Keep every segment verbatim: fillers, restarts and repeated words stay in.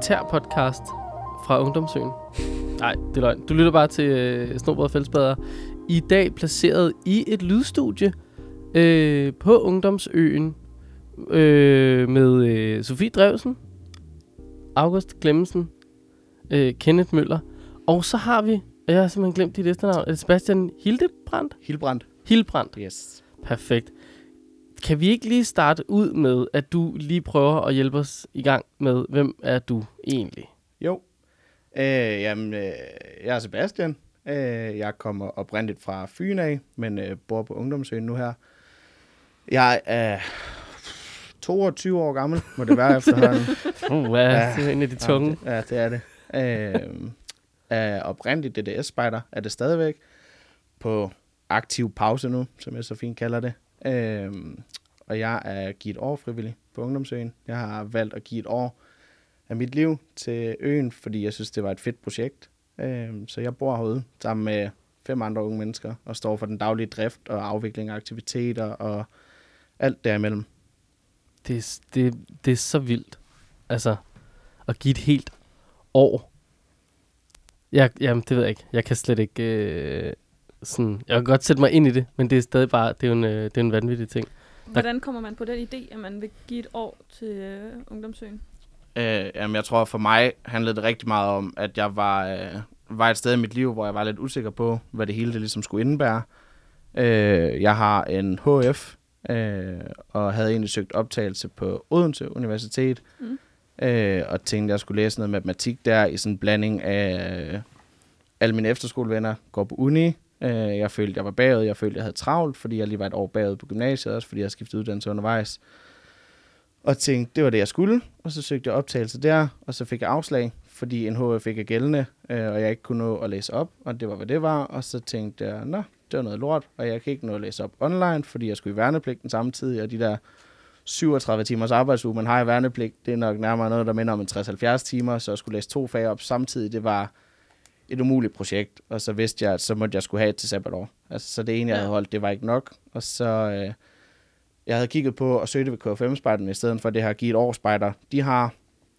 militærpodcast fra Ungdomsøen. Nej, det er løgn. Du lytter bare til øh, Snobrød og Fællesbader. I dag placeret i et lydstudie øh, på Ungdomsøen øh, med øh, Sofie Drewsen, August Clemmensen, øh, Kenneth Møller. Og så har vi, og jeg har simpelthen glemt dit efternavn, er det Sebastian Hildebrandt? Hildebrandt. Hildebrandt. Yes. Perfekt. Kan vi ikke lige starte ud med, at du lige prøver at hjælpe os i gang med, hvem er du egentlig? Jo. Øh, jamen, øh, jeg er Sebastian. Øh, jeg kommer oprindeligt fra Fyn af, men øh, bor på Ungdomsøen nu her. Jeg er toogtyve år gammel, må det være efterhånden. Uh, ja, det er en af de tunge. Ja, det er det. Øh, er oprindeligt D D S-spejder, er det stadigvæk. På aktiv pause nu, som jeg så fint kalder det. Øh, og jeg er givet et år frivillig på Ungdomsøen. Jeg har valgt at give et år af mit liv til øen, fordi jeg synes, det var et fedt projekt. Øh, så jeg bor herude sammen med fem andre unge mennesker og står for den daglige drift og afvikling af aktiviteter og alt derimellem. Det er, det, det er så vildt. Altså, at give et helt år. Jeg, jamen, det ved jeg ikke. Jeg kan slet ikke øh, sådan... Jeg kan godt sætte mig ind i det, men det er stadig bare... Det er jo en, øh, det er en vanvittig ting. Hvordan kommer man på den idé, at man vil give et år til øh, Ungdomsøen? Øh, jamen, jeg tror, for mig handlede det rigtig meget om, at jeg var, øh, var et sted i mit liv, hvor jeg var lidt usikker på, hvad det hele det ligesom skulle indebære. Øh, jeg har en H F, øh, og havde egentlig søgt optagelse på Odense Universitet, mm. øh, og tænkte, at jeg skulle læse noget matematik der, i sådan en blanding af øh, alle mine efterskolevenner går på uni. Øh, jeg følte, jeg var bagud, jeg følte, jeg havde travlt, fordi jeg lige var et år bagud på gymnasiet, også fordi jeg skiftede uddannelse undervejs. Og tænkte, det var det, jeg skulle. Og så søgte jeg optagelse der, og så fik jeg afslag, fordi en H F ikke er gældende, øh, og jeg ikke kunne nå at læse op, og det var, hvad det var. Og så tænkte jeg, nå, det var noget lort, og jeg kan ikke nå at læse op online, fordi jeg skulle i værnepligten samtidig, og de der syvogtredive timers arbejdsuge, man har i værnepligt, det er nok nærmere noget, der minder om en tres til halvfjerds timer, så jeg skulle læse to fag op samtidig. Det var et umuligt projekt, og så vidste jeg, at så måtte jeg skulle have et til sabbatår. Altså, så det ene, jeg havde holdt, det var ikke nok, og så... Øh, Jeg havde kigget på at søge det ved K F M-spejderne, i stedet for det her give et år spejder, de har.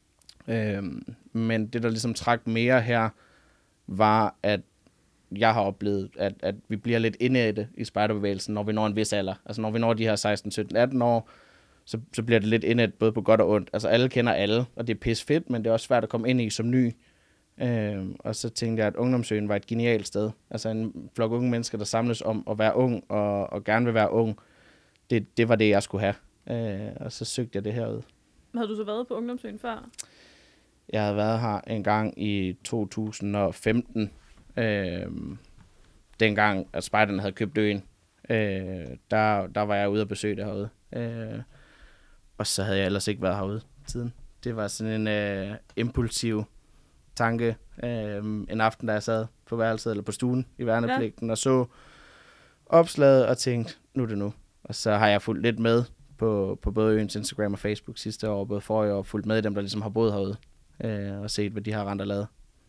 Øhm, men det, der ligesom trak mere her, var, at jeg har oplevet, at, at vi bliver lidt inde i det i spejderbevægelsen, når vi når en vis alder. Altså når vi når de her seksten, sytten, atten år, så, så bliver det lidt inde i det, både på godt og ondt. Altså alle kender alle, og det er pisse fedt, men det er også svært at komme ind i som ny. Øhm, og så tænkte jeg, at Ungdomsøen var et genialt sted. Altså en flok unge mennesker, der samles om at være ung, og, og gerne vil være ung. Det, det var det, jeg skulle have. Øh, og så søgte jeg det herud. Havde du så været på Ungdomsøen før? Jeg havde været her en gang i to tusind og femten. Øh, dengang, at spejderne havde købt øen. Øh, der, der var jeg ude at besøge det herude. Øh, og så havde jeg ellers ikke været herude siden. Det var sådan en øh, impulsiv tanke. Øh, en aften, da jeg sad på værelset eller på stuen i værnepligten, ja. Og så opslaget og tænkte, nu er det nu. Og så har jeg fulgt lidt med på, på både øens Instagram og Facebook sidste år, både forrige år, og fulgt med dem, der ligesom har boet herude, øh, og set, hvad de har rent og lavet.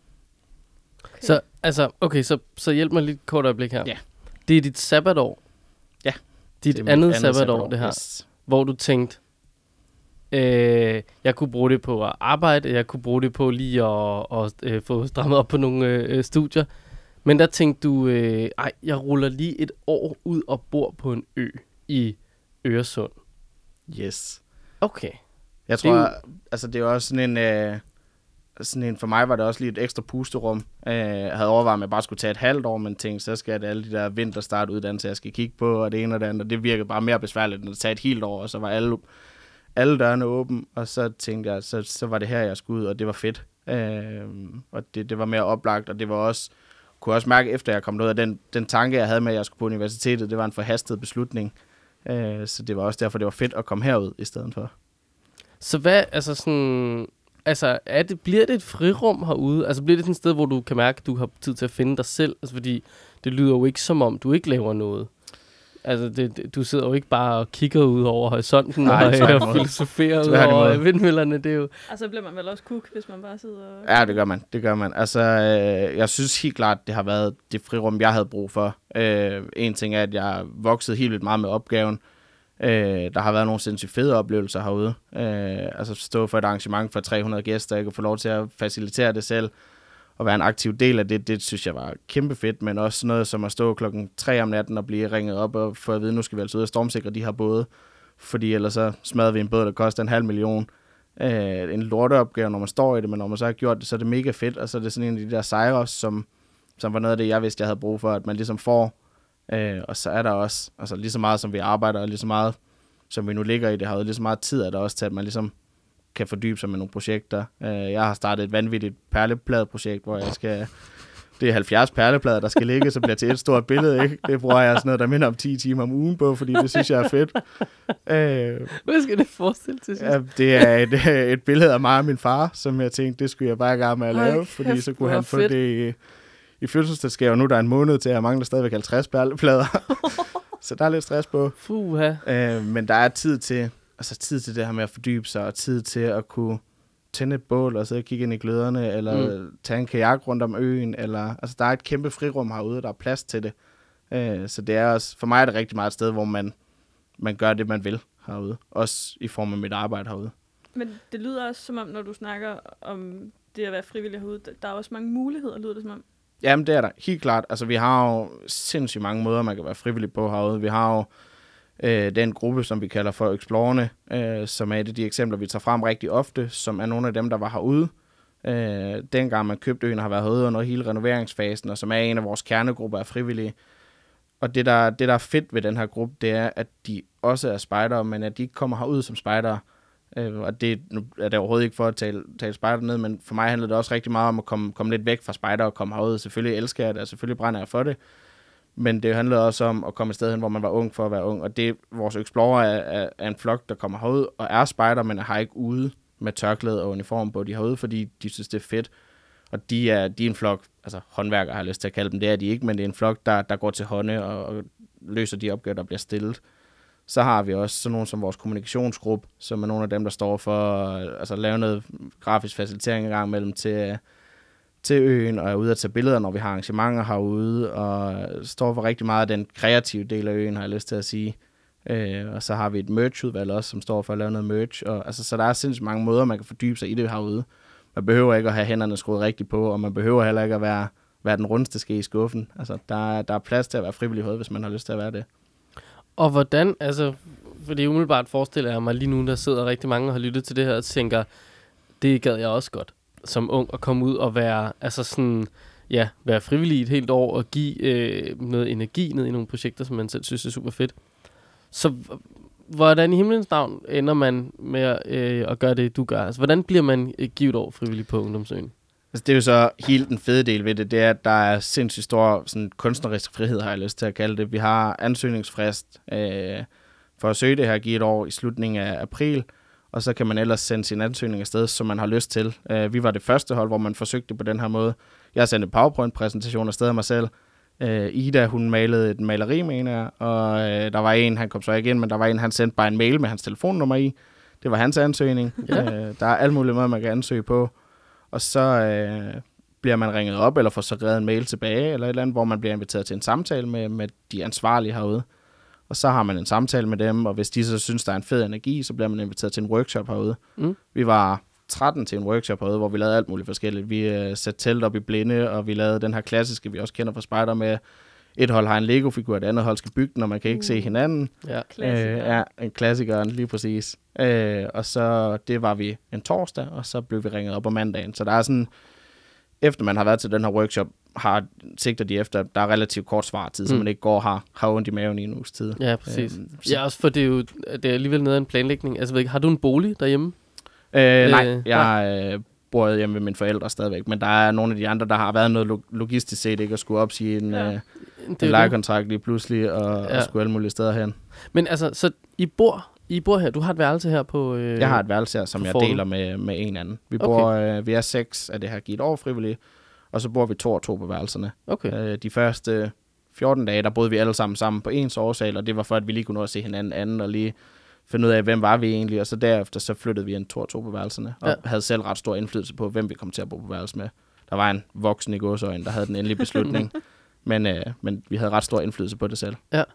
Okay. Så, altså, okay, så, så hjælp mig lidt kort øjeblik her. Ja. Det er dit sabbatår. Ja. Dit andet, andet sabbatår, sabbatår, det her. Yes. Hvor du tænkte, øh, jeg kunne bruge det på at arbejde, jeg kunne bruge det på lige at, at, at øh, få strammet op på nogle øh, studier. Men der tænkte du, øh, ej, jeg ruller lige et år ud og bor på en ø i Øresund. Yes. Okay. Jeg tror, det altså det er også sådan en, øh, sådan en, for mig var det også lige et ekstra pusterum. Øh, jeg havde overvejet, at jeg bare skulle tage et halvt år, men tænkte, så skal det alle de der vinterstartuddannelser, jeg skal kigge på, og det ene og det andet, og det virkede bare mere besværligt, end at tage et helt år, og så var alle, alle dørene åbne, og så tænkte jeg, så, så var det her, jeg skulle ud, og det var fedt. Øh, og det, det var mere oplagt, og det var også, kunne også mærke, efter jeg kom ud af den, den tanke, jeg havde med, at jeg skulle på universitetet, det var en forhastet beslutning. Øh, så det var også derfor, det var fedt at komme herud i stedet for. Så hvad, altså sådan, altså er det, bliver det et frirum herude? Altså bliver det sådan et sted, hvor du kan mærke, at du har tid til at finde dig selv? Altså fordi det lyder jo ikke som om, du ikke laver noget. Altså, det, det, du sidder jo ikke bare og kigger ud over horisonten. Nej, og, og filosoferer ud over vindmøllerne. Det er jo... Altså, bliver man vel også kuk, hvis man bare sidder og... Ja, det gør man. Det gør man. Altså, øh, jeg synes helt klart, det har været det frirum, jeg havde brug for. Øh, en ting er, at jeg voksede helt vildt meget med opgaven. Øh, der har været nogle sindssygt fede oplevelser herude. Øh, altså stå for et arrangement for tre hundrede gæster, ikke? Og få lov til at facilitere det selv, og være en aktiv del af det, det synes jeg var kæmpe fedt, men også noget som at stå klokken tre om natten og blive ringet op og få at vide, nu skal vi altså ud og stormsikre de her både, fordi ellers så smadrer vi en båd, der koster en halv million. Øh, en lorteopgave, når man står i det, men når man så har gjort det, så er det mega fedt, og så er det sådan en af de der sejre, som, som var noget af det, jeg vidste, jeg havde brug for, at man ligesom får. Øh, og så er der også, altså lige så meget som vi arbejder, og lige så meget som vi nu ligger i det, har jo lige så meget tid, er der også til, at man ligesom kan fordybe sig med nogle projekter. Øh, jeg har startet et vanvittigt perlepladeprojekt, hvor jeg skal, det er halvfjerds perleplader, der skal ligge, så bliver til et stort billede, ikke? Det bruger jeg sådan noget, der minder om ti timer om ugen på, fordi det synes jeg er fedt. Øh, Hvad skal det forestille til sidst? Ja, det er et, et billede af mig og min far, som jeg tænkte, det skulle jeg bare i gang med at lave, Ej, fordi kæft, så kunne hvor han få fedt. det i, i fødselsdagsgave, og nu er der en måned til, at jeg mangler stadigvæk halvtreds perleplader. Så der er lidt stress på. Fuha. Øh, men der er tid til, altså tid til det her med at fordybe sig, og tid til at kunne tænde et bål, og sidde og kigge ind i gløderne, eller mm. tage en kajak rundt om øen, eller, altså der er et kæmpe frirum herude, der er plads til det. Øh, så det er også, for mig er det rigtig meget et sted, hvor man, man gør det, man vil herude. Også i form af mit arbejde herude. Men det lyder også som om, når du snakker om det at være frivillig herude, der er også mange muligheder, lyder det som om. Jamen, det er der. Helt klart. Altså, vi har jo sindssygt mange måder, man kan være frivillig på herude. Vi har jo øh, den gruppe, som vi kalder for Explorerne, øh, som er et af de eksempler, vi tager frem rigtig ofte, som er nogle af dem, der var herude. Øh, dengang man købte øen, har været herude under hele renoveringsfasen, og som er en af vores kernegrupper af frivillige. Og det der, det, der er fedt ved den her gruppe, det er, at de også er spejdere, men at de ikke kommer herud som spejdere. Øh, og det nu er det overhovedet ikke for at tale, tale spejder ned, men for mig handler det også rigtig meget om at komme, komme lidt væk fra spejder og komme herud. Selvfølgelig elsker jeg det, og selvfølgelig brænder jeg for det. Men det handler også om at komme et sted hen, hvor man var ung for at være ung. Og det, vores Explorer er, er, er en flok, der kommer herud og er spejder, men har ikke ude med tørklæde og uniform på. De er herude, fordi de synes, det er fedt. Og de er, de er en flok, altså håndværker har jeg lyst til at kalde dem, det er de ikke, men det er en flok, der, der går til hånde og, og løser de opgaver, der bliver stillet. Så har vi også sådan nogle som vores kommunikationsgruppe, som er nogle af dem, der står for altså, at lave noget grafisk facilitering en gang mellem til, til øen, og er ude at tage billeder, når vi har arrangementer herude, og står for rigtig meget af den kreative del af øen, har jeg lyst til at sige. Øh, og så har vi et merch-udvalg også, som står for at lave noget merch. Og, altså, så der er sindssygt mange måder, man kan fordybe sig i det herude. Man behøver ikke at have hænderne skruet rigtigt på, og man behøver heller ikke at være, være den rundeste ske i skuffen. Altså, der, der er plads til at være frivillig herude, hvis man har lyst til at være det. Og hvordan, altså, fordi umiddelbart forestiller jeg mig lige nu, der sidder rigtig mange og har lyttet til det her, og tænker, det gad jeg også godt, som ung, at komme ud og være, altså sådan, ja, være frivillig i et helt år, og give øh, noget energi ned i nogle projekter, som man selv synes er super fedt. Så hvordan i himlens navn ender man med øh, at gøre det, du gør? Altså, hvordan bliver man øh, givet år frivillig på Ungdomsøen? Altså, det er jo så hele den fede del ved det, det er, at der er sindssygt stor sådan, kunstnerisk frihed, har jeg lyst til at kalde det. Vi har ansøgningsfrist øh, for at søge det her, give et år i slutningen af april, og så kan man ellers sende sin ansøgning afsted, som man har lyst til. Øh, vi var det første hold, hvor man forsøgte på den her måde. Jeg sendte en PowerPoint-præsentation afsted af mig selv. Øh, Ida, hun malede et maleri, mener jeg, og øh, der var en, han kom så ikke ind, men der var en, han sendte bare en mail med hans telefonnummer i. Det var hans ansøgning. Ja. Øh, der er alle mulige måder, man kan ansøge på. Og så øh, bliver man ringet op, eller får så reddet en mail tilbage, eller et eller andet, hvor man bliver inviteret til en samtale med, med de ansvarlige herude. Og så har man en samtale med dem, og hvis de så synes, der er en fed energi, så bliver man inviteret til en workshop herude. Mm. Vi var tretten til en workshop herude, hvor vi lavede alt muligt forskelligt. Vi øh, satte telt op i blinde, og vi lavede den her klassiske, vi også kender fra spejder med, et hold har en Lego-figur, et andet hold skal bygge den, og man kan ikke uh. se hinanden. Ja, klassiker. Øh, ja, en klassiker, lige præcis. Øh, og så, det var vi en torsdag, og så blev vi ringet op om mandagen. Så der er sådan, efter man har været til den her workshop, har sigter de efter, der er relativt kort svartid, mm. så man ikke går og har, har ondt i maven i en uges tid. Ja, præcis. Øh, ja, også for det er jo det er alligevel noget af en planlægning. Altså, ved ikke, har du en bolig derhjemme? Øh, nej, Øh, jeg øh, bor hjemme ved mine forældre stadigvæk, men der er nogle af de andre, der har været noget log- logistisk set, ikke at skulle opsige en, Ja. øh, en det. lejekontrakt lige pludselig, og, Ja. og skulle alle mulige steder hen. Men altså, så I bor, I bor her, du har et værelse her på... Øh, Jeg har et værelse her, som på jeg Forten. deler med, med en anden. Vi, Okay. bor, øh, vi er seks af det her givet over frivillige, og så bor vi to og to på værelserne. Okay. Øh, de første fjorten dage, der boede vi alle sammen sammen på en sovesal, og det var for, at vi lige kunne nå at se hinanden anden, og lige finde ud af, hvem var vi egentlig, og så derefter så flyttede vi en to og to på værelserne, og Ja. havde selv ret stor indflydelse på, hvem vi kom til at bo på værelse med. Der var en voksen i gåseøjne, der havde den endelige beslutning, men, øh, men vi havde ret stor indflydelse på det selv. Ja.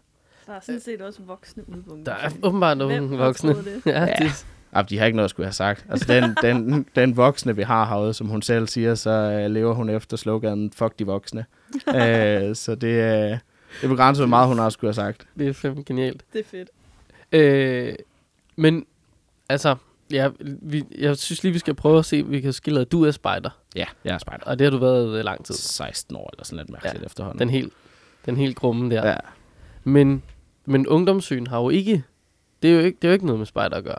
Der er sådan set også voksne ude på Der er åbenbart nogle voksne. Det? Ja, Ja. det, Ja, de har ikke noget at skulle have sagt. Altså, den, den, den voksne, vi har herude, som hun selv siger, så uh, lever hun efter sloganen, fuck de voksne. uh, så det, uh, det er begrænset, hvor meget hun også skulle have sagt. det er fandme genialt. Det er fedt. Øh, men, altså, ja, vi, jeg synes lige, vi skal prøve at se, om vi kan skille, at du er spejder. Ja, jeg er spejder. Og det har du været øh, lang tid. seksten år eller sådan lidt mærkeligt Ja, efterhånden. Den helt, den helt grumme der. Ja. Men, men ungdomssyn har jo ikke, det er jo ikke, det er jo ikke noget med spejder at gøre.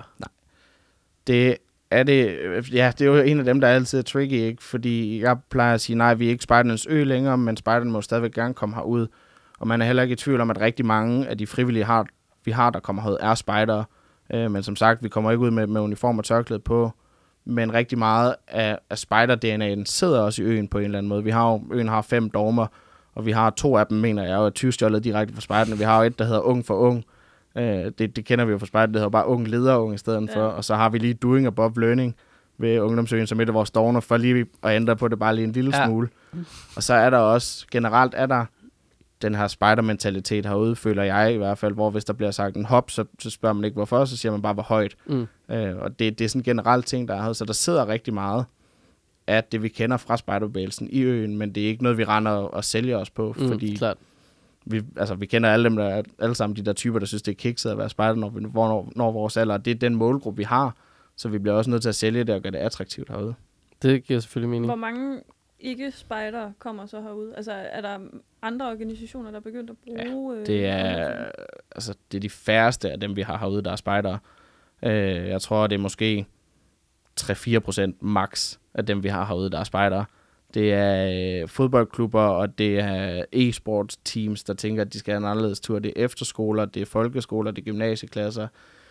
Det er det, ja, det er jo en af dem, der altid er tricky, ikke? Fordi jeg plejer at sige, nej, vi er ikke spejdernes ø længere, men spejderne må stadigvæk gerne komme herud. Og man er heller ikke i tvivl om, at rigtig mange af de frivillige, har, vi har, der kommer herud, er spejdere. Øh, men som sagt, vi kommer ikke ud med, med uniform og tørklæde på. Men rigtig meget af, af spejder-D N A'en sidder også i øen på en eller anden måde. Vi har jo, øen har fem dogmer, og vi har to af dem, mener jeg, og er tyvstjålet direkte fra spejderne. Vi har jo et, der hedder Ung for Ung. Øh, det, det kender vi jo fra spejder, det hedder bare Ung Leder Ung i stedet Ja. for. Og så har vi lige Doing Above Learning ved Ungdomsøen, som et af vores dogner, for lige at ændre på det bare lige en lille Ja. smule. Og så er der også, generelt er der den her spejdermentalitet herude, føler jeg i hvert fald, hvor hvis der bliver sagt en hop, så, så spørger man ikke hvorfor, så siger man bare, hvor højt. Mm. Øh, og det, det er sådan en generel ting, der er herude. Så der sidder rigtig meget af det, vi kender fra spejderbevægelsen i øen, men det er ikke noget, vi render og, og sælger os på, Mm, fordi klart. vi, altså, vi kender alle dem, der er, alle sammen de der typer, der synes, det er kikset at være spejder, når vi når, når vores alder. Det er den målgruppe, vi har, så vi bliver også nødt til at sælge det og gøre det attraktivt herude. Det giver selvfølgelig mening. Hvor mange ikke-spejdere kommer så herud? Altså, er der andre organisationer, der er begyndt at bruge... øh, Det er, ungdomsøen? altså, det er de færreste af dem, vi har herude, der er spejdere. Øh, jeg tror, det er måske tre til fire procent max af dem, vi har herude, der er spejdere. Det er øh, fodboldklubber, og det er e-sports teams, der tænker, at de skal have en anderledes tur. Det er efterskoler, det er folkeskoler, det er gymnasieklasser.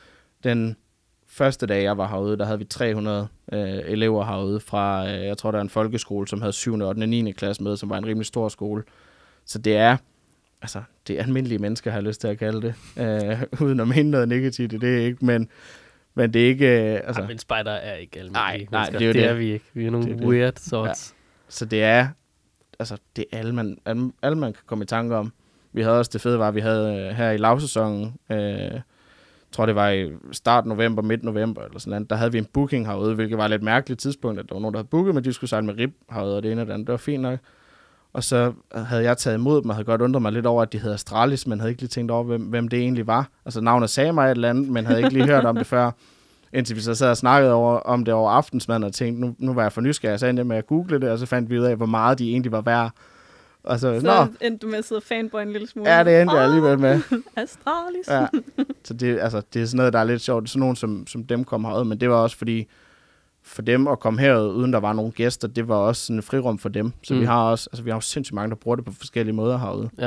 Den første dag, jeg var herude, der havde vi tre hundrede øh, elever herude fra, øh, jeg tror, der er en folkeskole, som havde syvende, ottende og niende klasse med, som var en rimelig stor skole. Så det er, altså, det er almindelige mennesker, har jeg lyst til at kalde det, øh, uden at mene noget negativt i det, ikke? Men, men det er ikke, øh, altså, Ej, men spejder er ikke almindelige Nej, nej, mennesker. det er jo det. det. er vi ikke. Vi er nogle Det er det. weird sorts. så det er, altså, det er alle man, alle, alle, man kan komme i tanke om. Vi havde også det fede var, vi havde øh, her i lavsæsonen, øh, jeg tror det var i start november, midt november eller sådan noget, der havde vi en booking herude, hvilket var et lidt mærkeligt tidspunkt, at der var nogen, der havde booket, men de skulle sejle med rib herude, og det ene og det andet, det var fint nok. Og så havde jeg taget imod dem, og havde godt undret mig lidt over, at de hedder Astralis, men havde ikke lige tænkt over, hvem, hvem det egentlig var. Altså navnet sagde mig et eller andet, men havde ikke lige hørt om det før, indtil vi så sad og snakkede over, om det over aftensmaden, og tænkte, nu, nu var jeg for nysgerrig, så endte jeg med at google det, og så fandt vi ud af, hvor meget de egentlig var værd. Og så, Så nå, endte du med at sidde og fanboy en lille smule. ja, det endte jeg alligevel med. Astralis. Ja. Så det, altså, det er sådan noget, der er lidt sjovt. Sådan nogen, som, som dem kom herud, men det var også fordi, for dem at komme herud, uden der var nogen gæster, det var også sådan et frirum for dem. Så mm. Mm. vi har også, altså vi har jo sindssygt mange, der bruger det på forskellige måder herude. Ja. Der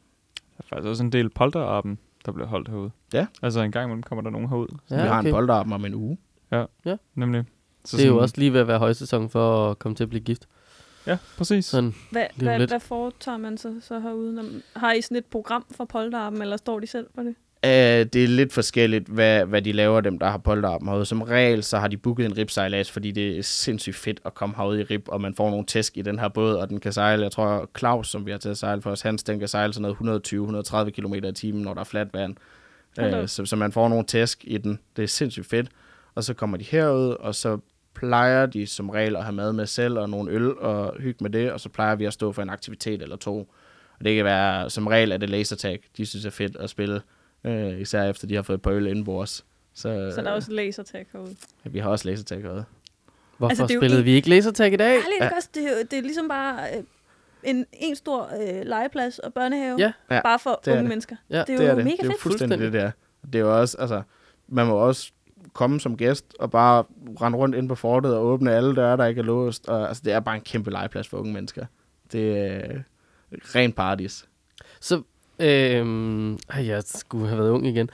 er faktisk også en del polterappen, der bliver holdt herude. Ja. Altså en gang imellem kommer der nogen herud. Så Ja, vi har okay. en polterappen om en uge. Nemlig. Så Det er jo sådan- også lige ved at være højsæson for at komme til at blive gift. Ja, præcis. Sådan, Hvad, Det er jo hvad, lidt- hvad foretager man så, så herude? Når, har I sådan et program for polterappen, eller står de selv for det? Uh, det er lidt forskelligt, hvad, hvad de laver, dem der har polterappen herude. Som regel, så har de booket en ribsejlads, fordi det er sindssygt fedt at komme herud i rib, og man får nogle tæsk i den her båd, og den kan sejle. Jeg tror, Claus, som vi har til at sejle for os, Hans, den kan sejle sådan noget et hundrede og tyve til et hundrede og tredive kilometer i timen, når der er fladt vand. Hold da Uh, op. så, så man får nogle tæsk i den. Det er sindssygt fedt. Og så kommer de herud, og så plejer de som regel at have mad med selv, og nogle øl, og hygge med det, og så plejer vi at stå for en aktivitet eller to. Og det kan være, som regel er det lasertag, de synes er fedt at spille. Øh, især efter de har fået et par øl indenbords. Så, Så der er også lasertag herude. ja, vi har også lasertag herude. hvorfor Altså, det er jo spillede en- vi ikke lasertag i dag? Ærligt, Ja. ja. også, det, er, jo- det er ligesom bare øh, en, en stor øh, legeplads og børnehave. Ja. Ja, Bare for det er unge det. mennesker. Ja, det er det jo er det. mega Det er jo fedt. fuldstændig det Fuldstændig. der. Det er jo også, altså, man må også komme som gæst og bare rende rundt ind på fortet og åbne alle døre, der ikke er låst. Og, altså, det er bare en kæmpe legeplads for unge mennesker. Det er øh, ren paradis. Så, øhm, ej, jeg skulle have været ung igen.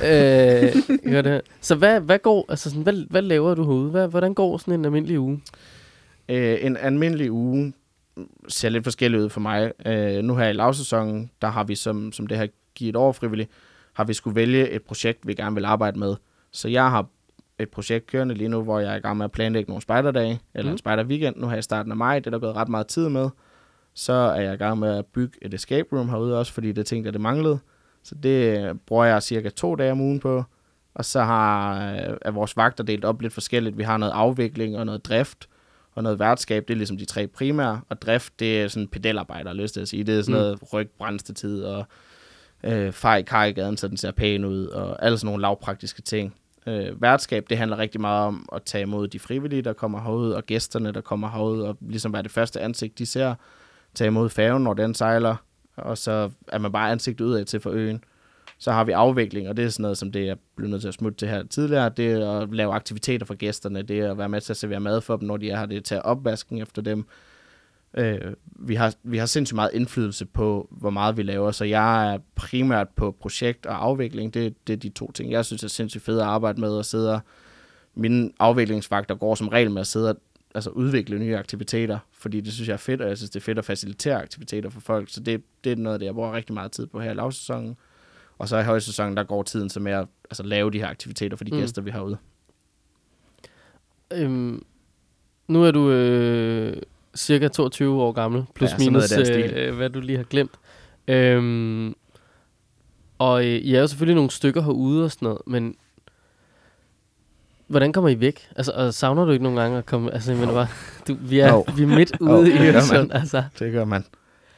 øh, gør det her. Så hvad, hvad går, altså sådan, hvad, hvad laver du herude? Hvad, hvordan går sådan en almindelig uge? Øh, en almindelig uge ser lidt forskellig ud for mig. Øh, nu her i lavsæsonen, der har vi, som, som det her givet over frivilligt, har vi skulle vælge et projekt, vi gerne vil arbejde med. Så jeg har et projekt kørende lige nu, hvor jeg er i gang med at planlægge nogle spejderdage, eller Mm. en spejderweekend. Nu her i starten af maj, det er der gået ret meget tid med. Så er jeg i gang med at bygge et escape room herude også, fordi det tænkte jeg, det manglede. Så det bruger jeg cirka to dage om ugen på. Og så har, er vores vagter delt op lidt forskelligt. Vi har noget afvikling og noget drift og noget værtskab. Det er ligesom de tre primære. Og drift, det er sådan pedelarbejde, har jeg lyst til at sige. Det er sådan noget mm. ryg, brændstetid og øh, far i karrigaden, så den ser pæn ud. Og alle sådan nogle lavpraktiske ting. Øh, værtskab, det handler rigtig meget om at tage imod de frivillige, der kommer herud, og gæsterne, der kommer herud, og ligesom være det første ansigt, de ser. Tage imod færgen, når den sejler. Og så er man bare ansigtet udad til for øen. Så har vi afvikling, og det er sådan noget, som det jeg blev nødt til at smutte til her tidligere. Det er at lave aktiviteter for gæsterne. Det er at være med til at servere mad for dem, når de er her. Det er at tage opvasken efter dem. Øh, vi, har, vi har sindssygt meget indflydelse på, hvor meget vi laver. Så jeg er primært på projekt og afvikling. Det, det er de to ting, jeg synes er sindssygt fedt at arbejde med. Og sidde. Mine afviklingsvagter går som regel med at sidde og altså udvikle nye aktiviteter. Fordi det synes jeg er fedt, og jeg synes det er fedt at facilitere aktiviteter for folk. Så det, det er noget af det, jeg bruger rigtig meget tid på her i lavsæsonen. Og så i højsæsonen, der går tiden så med at altså, lave de her aktiviteter for de mm. gæster, vi har ude. Øhm, nu er du øh, cirka toogtyve år gammel, plus ja, minus, øh, hvad du lige har glemt. Øhm, og øh, I er jo selvfølgelig nogle stykker herude og sådan noget, men hvordan kommer I væk? Altså, og savner du ikke nogle gange at komme? Altså, jeg mener bare, du, vi, er, no. vi er midt ude no, i Øresund, altså. Det gør man.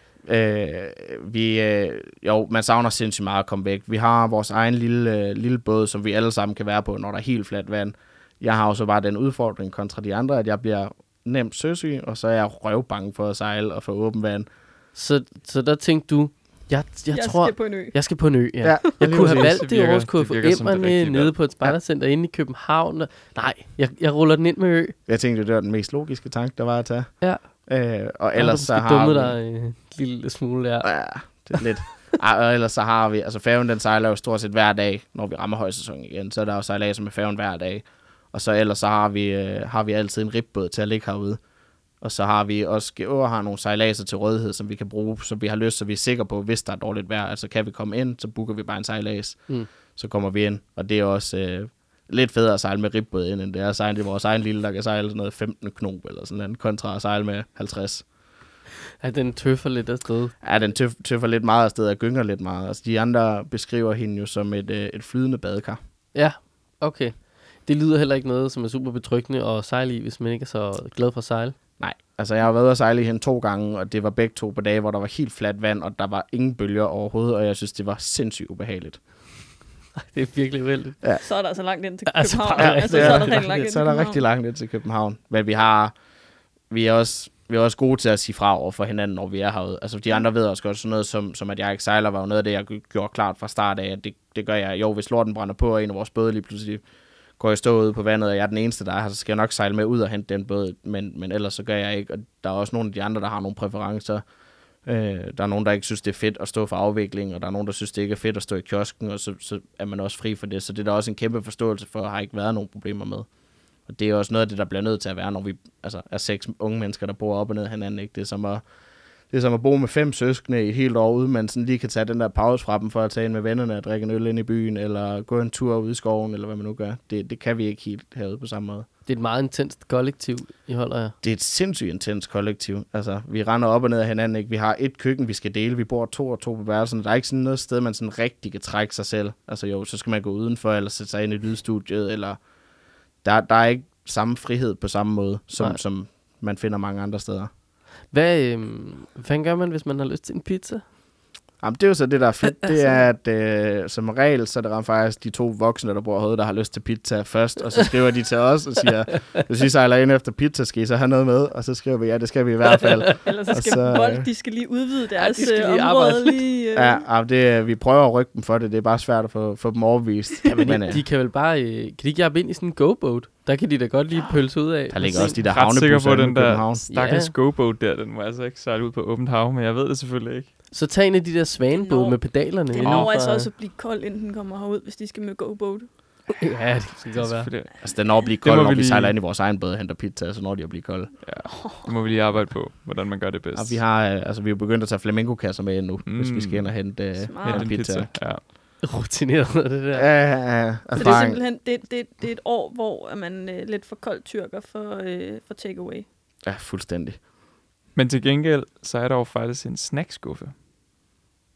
Øh, vi, øh, jo, man savner sindssygt meget at komme væk. Vi har vores egen lille, øh, lille båd, som vi alle sammen kan være på, når der er helt fladt vand. Jeg har jo så bare den udfordring kontra de andre, at jeg bliver nemt søsyg, og så er jeg røvbange for at sejle og få åben vand. Så, så der tænkte du, jeg, jeg, jeg tror, skal på en ø. Jeg skal på en ø, ja. ja jeg kunne have valgt det, og kunne have fået emmerne nede valg. på et spejdercenter ja. inde i København. Nej, jeg, jeg ruller den ind med ø. Jeg tænkte, det var den mest logiske tanke, der var at tage. Ja. Øh, og ellers så har dummet vi... dig en lille smule der. Ja, det er lidt. Ej, og ellers så har vi... Altså færgen, den sejler jo stort set hver dag, når vi rammer højsæsonen igen. Så er der jo sejladser med færgen hver dag. Og så ellers så har vi, øh, har vi altid en ribbåd til at ligge herude. Og så har vi også og har nogle sejladser til rådighed, som vi kan bruge, som vi har lyst, så vi er sikre på, hvis der er dårligt vejr. Altså kan vi komme ind, så booker vi bare en sejlads. Mm. Så kommer vi ind. Og det er også... Øh, lidt federe at sejle med ribbåd ind, end det er at sejle i vores egen lille, der kan sejle sådan noget femten knob eller sådan noget, kontra at sejle med halvtreds. Ja, den tøffer lidt afsted. Ja, den tøf, tøffer lidt meget afsted og gynger lidt meget. Altså, de andre beskriver hende jo som et, øh, et flydende badekar. Ja, okay. Det lyder heller ikke noget, som er super betryggende at sejle i, hvis man ikke er så glad for at sejle. Nej, altså jeg har været ude at sejle i hende to gange, og det var begge to på dage, hvor der var helt fladt vand, og der var ingen bølger overhovedet, og jeg synes, det var sindssygt ubehageligt. Det er virkelig uheldigt. Ja. Så er der altså langt ind til altså, København. Ja, altså, så er der rigtig langt ind til Så er der rigtig langt ind til København. Men vi har, vi er også, vi er også gode til at sige fra over for hinanden, når vi er herude. Altså de andre ved også godt sådan noget, som, som at jeg ikke sejler, var jo noget af det, jeg gjorde klart fra start af. At det, det gør jeg. Jo, hvis lorten brænder på, og en af vores både lige pludselig går jeg stå ude på vandet, og jeg er den eneste, der er her, så skal jeg nok sejle med ud og hente den båd. Men, men ellers så gør jeg ikke. Og der er også nogle af de andre, der har nogle præferencer. Øh, der er nogen, der ikke synes, det er fedt at stå for afvikling, og der er nogen, der synes, det ikke er fedt at stå i kiosken, og så, så er man også fri for det. Så det er der også en kæmpe forståelse for, at har ikke været nogen problemer med. Og det er også noget af det, der bliver nødt til at være, når vi altså, er seks unge mennesker, der bor op og ned hinanden. Ikke? Det er som at, det er som at bo med fem søskende i et helt år ude, man sådan lige kan tage den der pause fra dem for at tage ind med vennerne og drikke en øl ind i byen, eller gå en tur ude i skoven, eller hvad man nu gør. Det, det kan vi ikke helt herude på samme måde. Det er et meget intenst kollektiv, I holder jer. Det er et sindssygt intens kollektiv. Altså, vi render op og ned af hinanden, ikke? Vi har et køkken, vi skal dele. Vi bor to og to på værelserne. Der er ikke sådan noget sted, man sådan rigtig kan trække sig selv. Altså jo, så skal man gå udenfor, eller sætte sig ind i lydstudiet, eller... Der, der er ikke samme frihed på samme måde, som, som man finder mange andre steder. Hvad, øh, hvad gør man, hvis man har lyst til en pizza? Jamen, det er jo så det, der er fedt. Det er, at øh, som regel, så er det faktisk de to voksne, der bor herude, der har lyst til pizza først. Og så skriver de til os og siger, hvis I sejler ind efter pizza, skal I så have noget med? Og så skriver vi, ja, det skal vi i hvert fald. Ellers så skal så, Bolt, de skal lige udvide deres ja, de skal lige område. Lige, øh. Ja, det, vi prøver at rykke dem for det. Det er bare svært at få, få dem overbevist. Kan man ikke, de kan vel bare, øh, kan de ikke jappe ind i sådan en go-boat? Der kan de da godt lige pølse ud af. Der ligger også de der havnebusser i København. Den der stakkels ja. go-boat der, den må altså ikke sejle ud på åbent hav, men jeg ved det selvfølgelig ikke. Så tag en af de der svanebåde med pedalerne. Det når altså også at blive kold, inden den kommer herud, hvis de skal med go-boat. Ja, det kan godt være. Altså, den når at blive kold, når vi, vi sejler ind i vores egen båd og henter pizza, så når de at blive kold. Ja, det må vi lige arbejde på, hvordan man gør det bedst. Og vi har, altså, vi er begyndt at tage flamenco-kasser med nu, mm. hvis vi skal ind og hente, uh, hente pizza. pizza. Ja. Rutineret det der. Ja, ja, ja. Så det er simpelthen det, det, det er et år, hvor man øh, lidt for kold tyrker for, øh, for takeaway. Ja, fuldstændig. Men til gengæld, så er der jo faktisk en snackskuffe.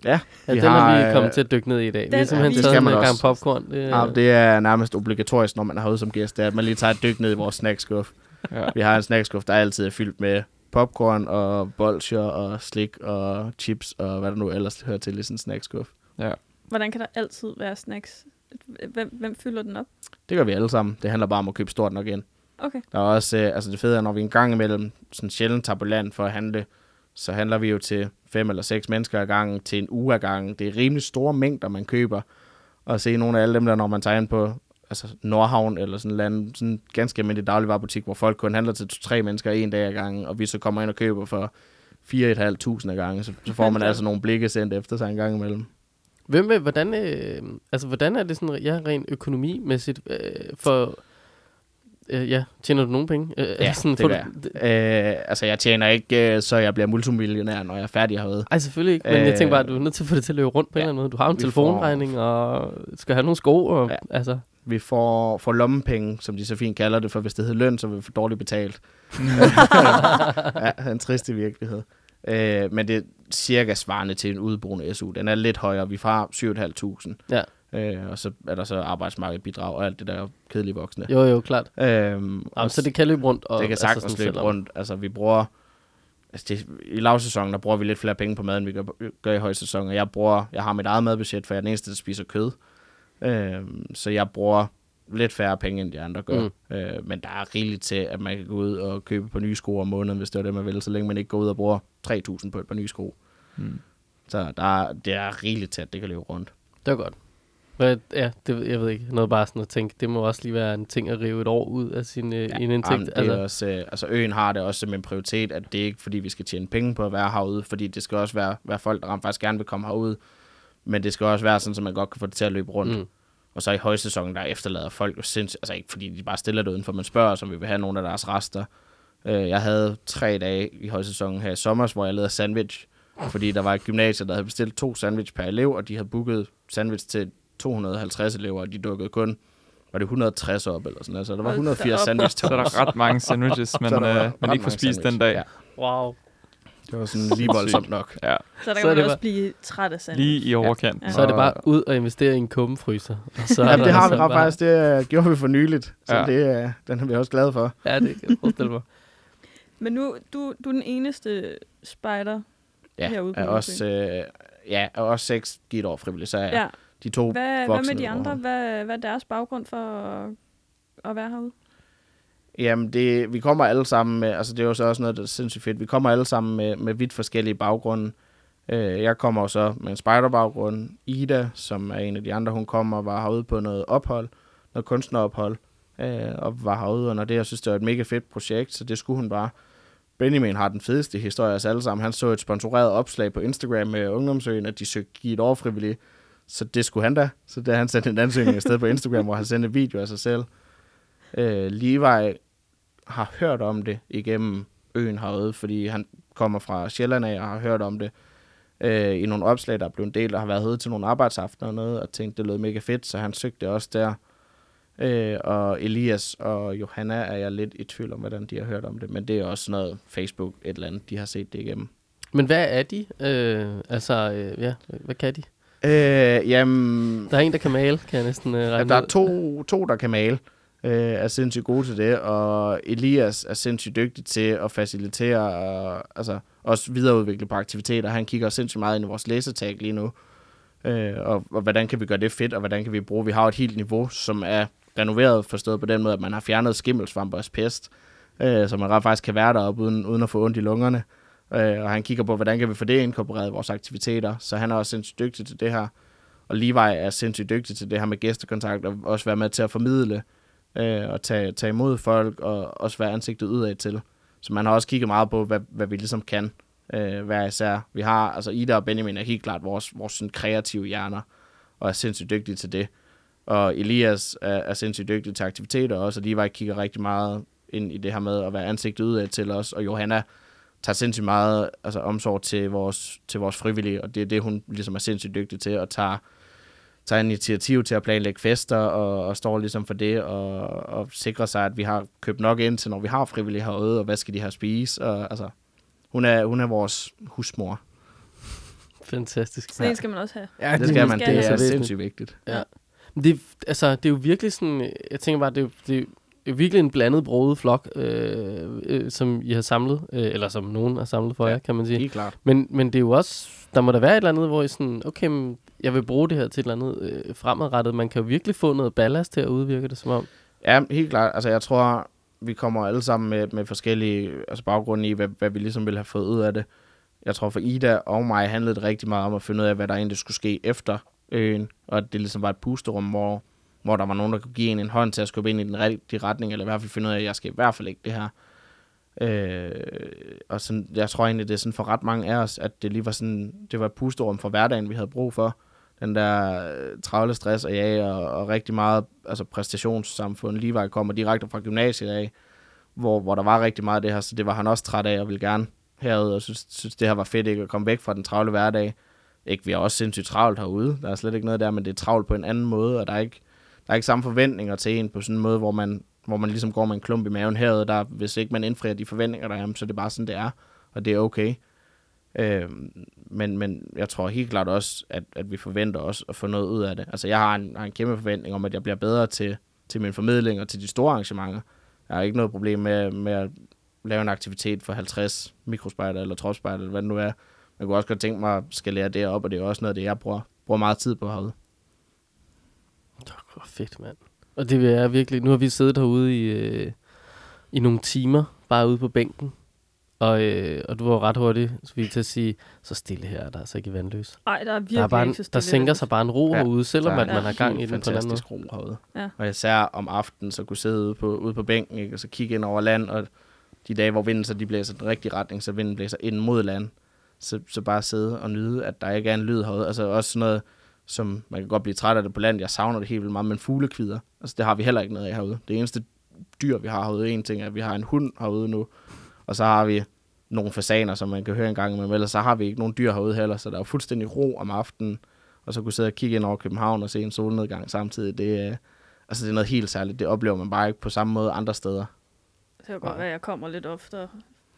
Ja, Ja, vi den har, har vi kommet øh, til at dykke ned i i dag. Vi den har simpelthen er vi- taget Det skal en man gang også. popcorn. Det, Ja, det er nærmest obligatorisk, når man er herude som gæst, det er, at man lige tager et dyk ned i vores snackskuff. Ja. Vi har en snackskuff, der altid er fyldt med popcorn og bolsjer og slik og chips og hvad der nu ellers hører til i sådan en snackskuff. Ja. Hvordan kan der altid være snacks? Hvem, hvem fylder den op? Det gør vi alle sammen. Det handler bare om at købe stort nok ind. Okay. Der er også, øh, altså det fede er, når vi en gang imellem sådan sjældent tager på land for at handle, så handler vi jo til fem eller seks mennesker ad gangen, til en uge ad gangen. Det er rimelig store mængder, man køber. Og se nogle af alle dem der, når man tager ind på altså Nordhavn eller sådan en land, sådan en ganske almindelig dagligvarebutik, hvor folk kun handler til to-tre mennesker en dag ad gangen, og vi så kommer ind og køber for fire tusind fem hundrede ad gangen, så, så får man altså nogle blikke sendt efter sig en gang imellem. Hvem vil, hvordan, øh, altså, hvordan er det sådan, ja, rent økonomimæssigt øh, for, øh, ja, tjener du nogen penge? Øh, Ja, sådan, det får gør du- jeg. Øh, altså jeg tjener ikke, øh, så jeg bliver multimillionær, når jeg er færdig herude. Ej, selvfølgelig ikke, men øh, jeg Øh, tænker bare, at du er nødt til at få det til at løbe rundt på ja, en eller anden måde. Du har jo en vi telefonregning, og skal have nogle sko, og Ja. altså... Vi får, får lommepenge, som de så fint kalder det, for hvis det hedder løn, så vil vi få dårligt betalt. Ja, en triste virkelighed. Øh, men det er cirka svarende til en udboende S U. Den er lidt højere. Vi får syv tusind fem hundrede. Ja. Øh, og så er der så arbejdsmarkedsbidrag og alt det der kedelige voksne. Jo, jo, klart. Øhm, og Jamen, så det kan løbe rundt. Og, det kan sagtens altså, altså sådan løbe selvom- rundt. Altså, vi bruger... Altså det, i lavsæsonen, der bruger vi lidt flere penge på maden, end vi gør, gør i højsæsonen. Og jeg bruger... Jeg har mit eget madbudget, for jeg er den eneste, der spiser kød. Øhm, så jeg bruger lidt færre penge, end de andre gør. Mm. Øh, men der er rigeligt til, at man kan gå ud og købe på nye sko om måneden, hvis det er det, man vil. Så længe man ikke går ud og bruger tre tusind på et par nye sko. Mm. Så der er, det er rigeligt til, at det kan løbe rundt. Det var godt. Men, ja, det, jeg ved ikke. Noget bare sådan at tænke, det må også lige være en ting at rive et år ud af sin øh, ja, indtægt. Jamen, det er også, øh, altså øen har det også som en prioritet, at det er ikke fordi, vi skal tjene penge på at være herude, fordi det skal også være, være folk, der faktisk gerne vil komme herud. Men det skal også være sådan, så man godt kan få det til at løbe rundt. Mm. Og så i højsæsonen, der efterlader folk jo sindssygt, altså ikke fordi de bare stiller det udenfor, man spørger, som vi vil have nogle af deres rester. Øh, jeg havde tre dage i højsæsonen her i sommer, hvor jeg lavede sandwich, fordi der var et gymnasie, der havde bestilt to sandwich per elev, og de havde booket sandwich til to hundrede og halvtreds elever, og de dukkede kun, var det et hundrede og tres op, eller sådan, altså der var et hundrede og firs sandwich. Så er der ret mange sandwiches, men Så er der øh, man ret ikke får mange spist den sandwich. dag. Ja, Wow. det var sådan lige voldsomt nok. Ja, Så der Så kan er man det også bare- blive træt af sandwich. lige i overkanten. Ja. Så er det Og- bare ud og investere i en kummefryser. Og så er Ja, der det har altså vi ret bare- faktisk, det uh, gjorde vi for nyligt, så Ja. det, uh, den er vi også glade for. Ja, det kan jeg forestille mig. Men nu, du, du er den eneste spejder Ja, herude på er Nordsøen. også, øh, ja, er også seks givet år frivilligt, så er Ja. de to Hvad, hvad voksne med de andre? over. Hvad, hvad er deres baggrund for at, at være herude? Jamen, det, vi kommer alle sammen med, altså det er jo så også noget, der er sindssygt fedt, vi kommer alle sammen med, med vidt forskellige baggrunde. Øh, jeg kommer jo så med en spejderbaggrund. Ida, som er en af de andre, hun kommer og var herude på noget ophold, noget kunstnerophold, øh, og var herude under det. Jeg synes, det var et mega fedt projekt, så det skulle hun bare. Benjamin har den fedeste historie af os alle sammen. Han så et sponsoreret opslag på Instagram med Ungdomsøen, at de søgte give et år frivilligt. Så det skulle han da. Så det han sendte en ansøgning afsted på Instagram, hvor han sendte en video af sig selv. Øh, Levi har hørt om det igennem øen herude, fordi han kommer fra Sjælland af og har hørt om det øh, i nogle opslag, der er blevet delt, og har været herude til nogle arbejdsaftener og noget, og tænkte, det lød mega fedt, så han søgte også der. Øh, og Elias og Johanna er jeg lidt i tvivl om, hvordan de har hørt om det, men det er også noget Facebook, et eller andet, de har set det igennem. Men hvad er de? Øh, altså, øh, ja, hvad kan de? Øh, jamen, Der er en, der kan male, kan jeg næsten øh, ja, regne der er ud. to, to, der kan male, øh, er sindssygt gode til det, og Elias er sindssygt dygtig til at facilitere, og, altså også videreudvikle på aktiviteter. Han kigger sindssygt meget ind i vores læsetag lige nu, øh, og, og hvordan kan vi gøre det fedt, og hvordan kan vi bruge, vi har et helt niveau, som er renoveret, forstået på den måde, at man har fjernet skimmelsvamp og pest, øh, så man ret faktisk kan være deroppe uden, uden at få ondt i lungerne. Øh, og han kigger på, hvordan kan vi få det inkorporeret i vores aktiviteter, så han er også sindssygt dygtig til det her. Og Levi er sindssygt dygtig til det her med gæstekontakt, og også være med til at formidle, øh, og tage, tage imod folk, og også være ansigtet udad til. Så man har også kigget meget på, hvad, hvad vi ligesom kan, øh, hver især. Vi har, altså Ida og Benjamin er helt klart vores, vores sådan kreative hjerner, og er sindssygt dygtige til det. Og Elias er, er sindssygt dygtig til aktiviteter også, og Levi kigger rigtig meget ind i det her med at være ansigtet udad til os, og Johanna tager sindssygt meget altså, omsorg til vores, til vores frivillige, og det er det, hun ligesom er sindssygt dygtig til, og tager, tager initiativ til at planlægge fester, og, og står ligesom for det, og, og sikrer sig, at vi har købt nok ind til, når vi har frivillige herude, og hvad skal de have at spise, og altså, hun er, hun er vores husmor. Fantastisk. Sådan en skal man også have. Ja, Det skal man. skal Det jeg. er væsentligt. sindssygt vigtigt. Ja. Men det, er- altså, det er jo virkelig sådan, jeg tænker bare, det er, jo- det er jo virkelig en blandet broget flok, øh, øh, som I har samlet, øh, eller som nogen har samlet for Ja, jer, kan man sige. Helt klart. Men, men det er jo også, der må der være et eller andet, hvor I sådan, okay, men jeg vil bruge det her til et eller andet øh, fremadrettet. Man kan jo virkelig få noget ballast til at udvirke det som om. Ja, helt klart. Altså, jeg tror, vi kommer alle sammen med, med forskellige altså baggrunde i, hvad, hvad vi ligesom ville have fået ud af det. Jeg tror, for Ida og mig handlede det rigtig meget om at finde ud af, hvad der egentlig skulle ske efter øen, og at det ligesom var et pusterum, hvor, hvor der var nogen, der kunne give en en hånd til at skubbe ind i den rigtige retning, eller i hvert fald finde ud af, at jeg skal i hvert fald ikke det her. Øh, og sådan, jeg tror egentlig, det er sådan for ret mange af os, at det lige var sådan, det var et pusterum for hverdagen, vi havde brug for. Den der øh, travle stress og ja, og, og rigtig meget altså præstationssamfund. Levi kommer direkte fra gymnasiet af, hvor, hvor der var rigtig meget af det her, så det var han også træt af og ville gerne herud, og synes, synes det her var fedt ikke at komme væk fra den travle hverdag. Ikke, vi er også sindssygt travlt herude, der er slet ikke noget der, men det er travlt på en anden måde, og der er ikke, der er ikke samme forventninger til en på sådan en måde, hvor man, hvor man ligesom går med en klump i maven herude, der, hvis ikke man indfrier de forventninger, der er, så er det bare sådan, det er, og det er okay. Øh, men, men jeg tror helt klart også, at, at vi forventer også at få noget ud af det. Altså jeg har en, har en kæmpe forventning om, at jeg bliver bedre til, til min formidling og til de store arrangementer. Jeg har ikke noget problem med, med at lave en aktivitet for halvtreds mikrospejder eller tropspejder, eller hvad det nu er. Jeg kunne også godt tænke mig at skalere det op, og det er også noget af det, jeg bruger, bruger meget tid på herude. Hvor fedt, mand. Og det er virkelig, nu har vi siddet herude i, øh, i nogle timer, bare ude på bænken. Og, øh, og du var ret hurtigt, så vi til at sige, så stille her, der er altså ikke vandløs. Nej, der er virkelig Der, er bare en, ikke så der stille. sænker sig bare en ro Ja, herude, selvom der at man er har gang i helt den på en anden måde. fantastisk ro herude. Ja. Og især om aftenen, så kunne sidde ude på, ude på bænken, ikke? Og så kigge ind over land, og de dage, hvor vinden så de blæser den rigtige retning, så vinden blæser ind mod land. Så, så bare sidde og nyde, at der ikke er en lyd herude. Altså også sådan noget, som man kan godt blive træt af det på land. Jeg savner det helt vildt meget, men fuglekvider, altså det har vi heller ikke noget af herude. Det eneste dyr, vi har herude, en ting er, at vi har en hund herude nu, og så har vi nogle fasaner, som man kan høre en gang imellem, ellers så har vi ikke nogen dyr herude heller, så der er fuldstændig ro om aftenen, og så kunne sidde og kigge ind over København og se en solnedgang samtidig. Det er, altså det er noget helt særligt. Det oplever man bare ikke på samme måde andre steder. Det kan godt være, at jeg kommer lidt oftere.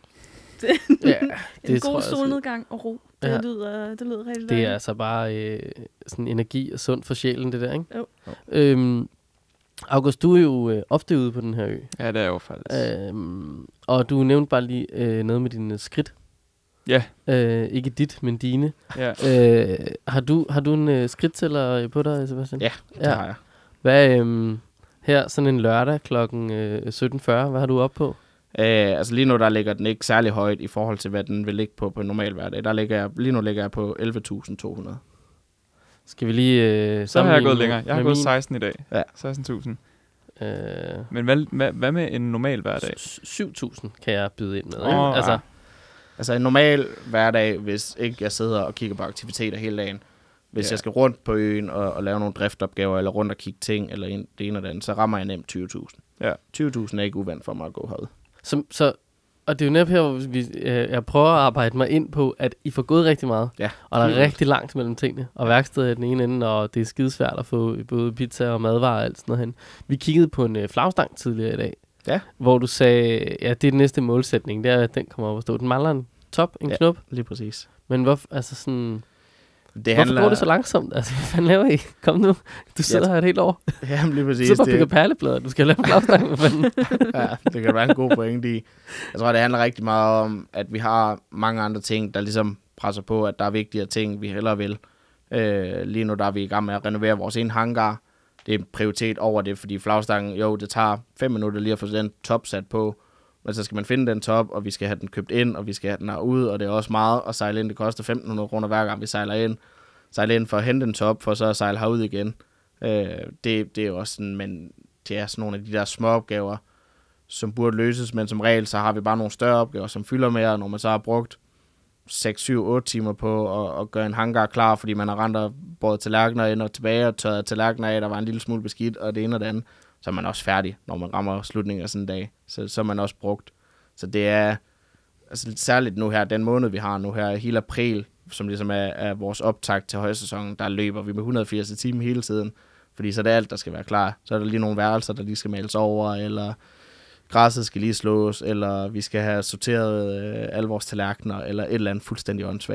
Ja, En det tror god jeg også. solnedgang og ro. Det, Ja. lyder, det lyder rigtig Det er dejligt. altså bare øh, sådan energi og sundt for sjælen, det der, ikke? Jo. Øhm, August, du er jo øh, ofte ude på den her ø. Ja, det er jo faktisk. Øhm, og du nævnte bare lige øh, noget med dine skridt. Ja, Øh, ikke dit, men dine. ja. Øh, har, du, har du en øh, skridttæller på dig, Sebastian? Ja, det Ja. har jeg. Hvad, øhm, her sådan en lørdag klokken øh, sytten fyrre, hvad har du op på? Øh, altså lige nu, der ligger den ikke særlig højt i forhold til, hvad den vil ligge på på en normal hverdag. Der ligger jeg, lige nu ligger jeg på elleve tusind to hundrede. Skal vi lige øh, Så har jeg sammenligne gået længere. Jeg har med gået min? seksten i dag. Ja. seksten tusind. Øh, Men hvad, hvad, hvad med en normal hverdag? s- syv tusind kan jeg byde ind med. Åh, ikke? ja. Altså, Altså en normal hverdag, hvis ikke jeg sidder og kigger på aktiviteter hele dagen. Hvis Ja. jeg skal rundt på øen og, og lave nogle driftopgaver, eller rundt og kigge ting, eller en, det ene og det andet, så rammer jeg nemt tyve tusind. Ja. tyve tusind er ikke uvandt for mig at gå herude. så, så, og det er jo netop her, hvor vi, øh, jeg prøver at arbejde mig ind på, at I får gået rigtig meget. Ja, Og der er helt vildt. rigtig langt mellem tingene. Og værkstedet er den ene ende, og det er skidesvært at få både pizza og madvarer og alt sådan noget hen. Vi kiggede på en øh, flagstang tidligere i dag. Ja. Hvor du sagde, ja, det er den næste målsætning. Det er, at den kommer op at stå. Den mangler en top, en Ja. knop. Lige præcis. Men hvorfor, altså sådan, Det hvorfor handler... går det så langsomt? Altså, hvad fanden laver I? Kom nu. Du sidder Ja. her et helt år. Jamen lige Du præcis. sidder bare og Det, bygger perleplader. Du skal lave en flagstang. Hvad fanden? ja, det kan være en god pointe i. Jeg tror, det handler rigtig meget om, at vi har mange andre ting, der ligesom presser på, at der er vigtigere ting, vi hellere vil. Øh, lige nu der er vi i gang med at renovere vores ene hangar. Det er en prioritet over det, fordi flagstangen, jo, det tager fem minutter lige at få den top sat på. Men så skal man finde den top, og vi skal have den købt ind, og vi skal have den herude, og det er også meget at sejle ind. Det koster femten hundrede kroner hver gang, vi sejler ind. Sejle ind for at hente en top, for så at sejle herud igen. Øh, det, det er jo også sådan, men det er sådan nogle af de der små opgaver, som burde løses, men som regel, så har vi bare nogle større opgaver, som fylder mere, når man så har brugt seks, syv, otte timer på at, at gøre en hangar klar, fordi man har rendt og båret tallerkener ind og tilbage og tørret tallerkener af, der var en lille smule beskidt, og det ene og det andet, så er man også færdig, når man rammer slutningen af sådan en dag. Så, så er man også brugt. Så det er altså særligt nu her, den måned vi har nu her, hele april, som ligesom er, er vores optakt til højsæsonen, der løber vi med et hundrede og firs timer hele tiden, fordi så er det alt, der skal være klar. Så er der lige nogle værelser, der lige skal males over, eller græsset skal lige slås, eller vi skal have sorteret øh, alle vores tallerkener, eller et eller andet fuldstændig åndssvagt.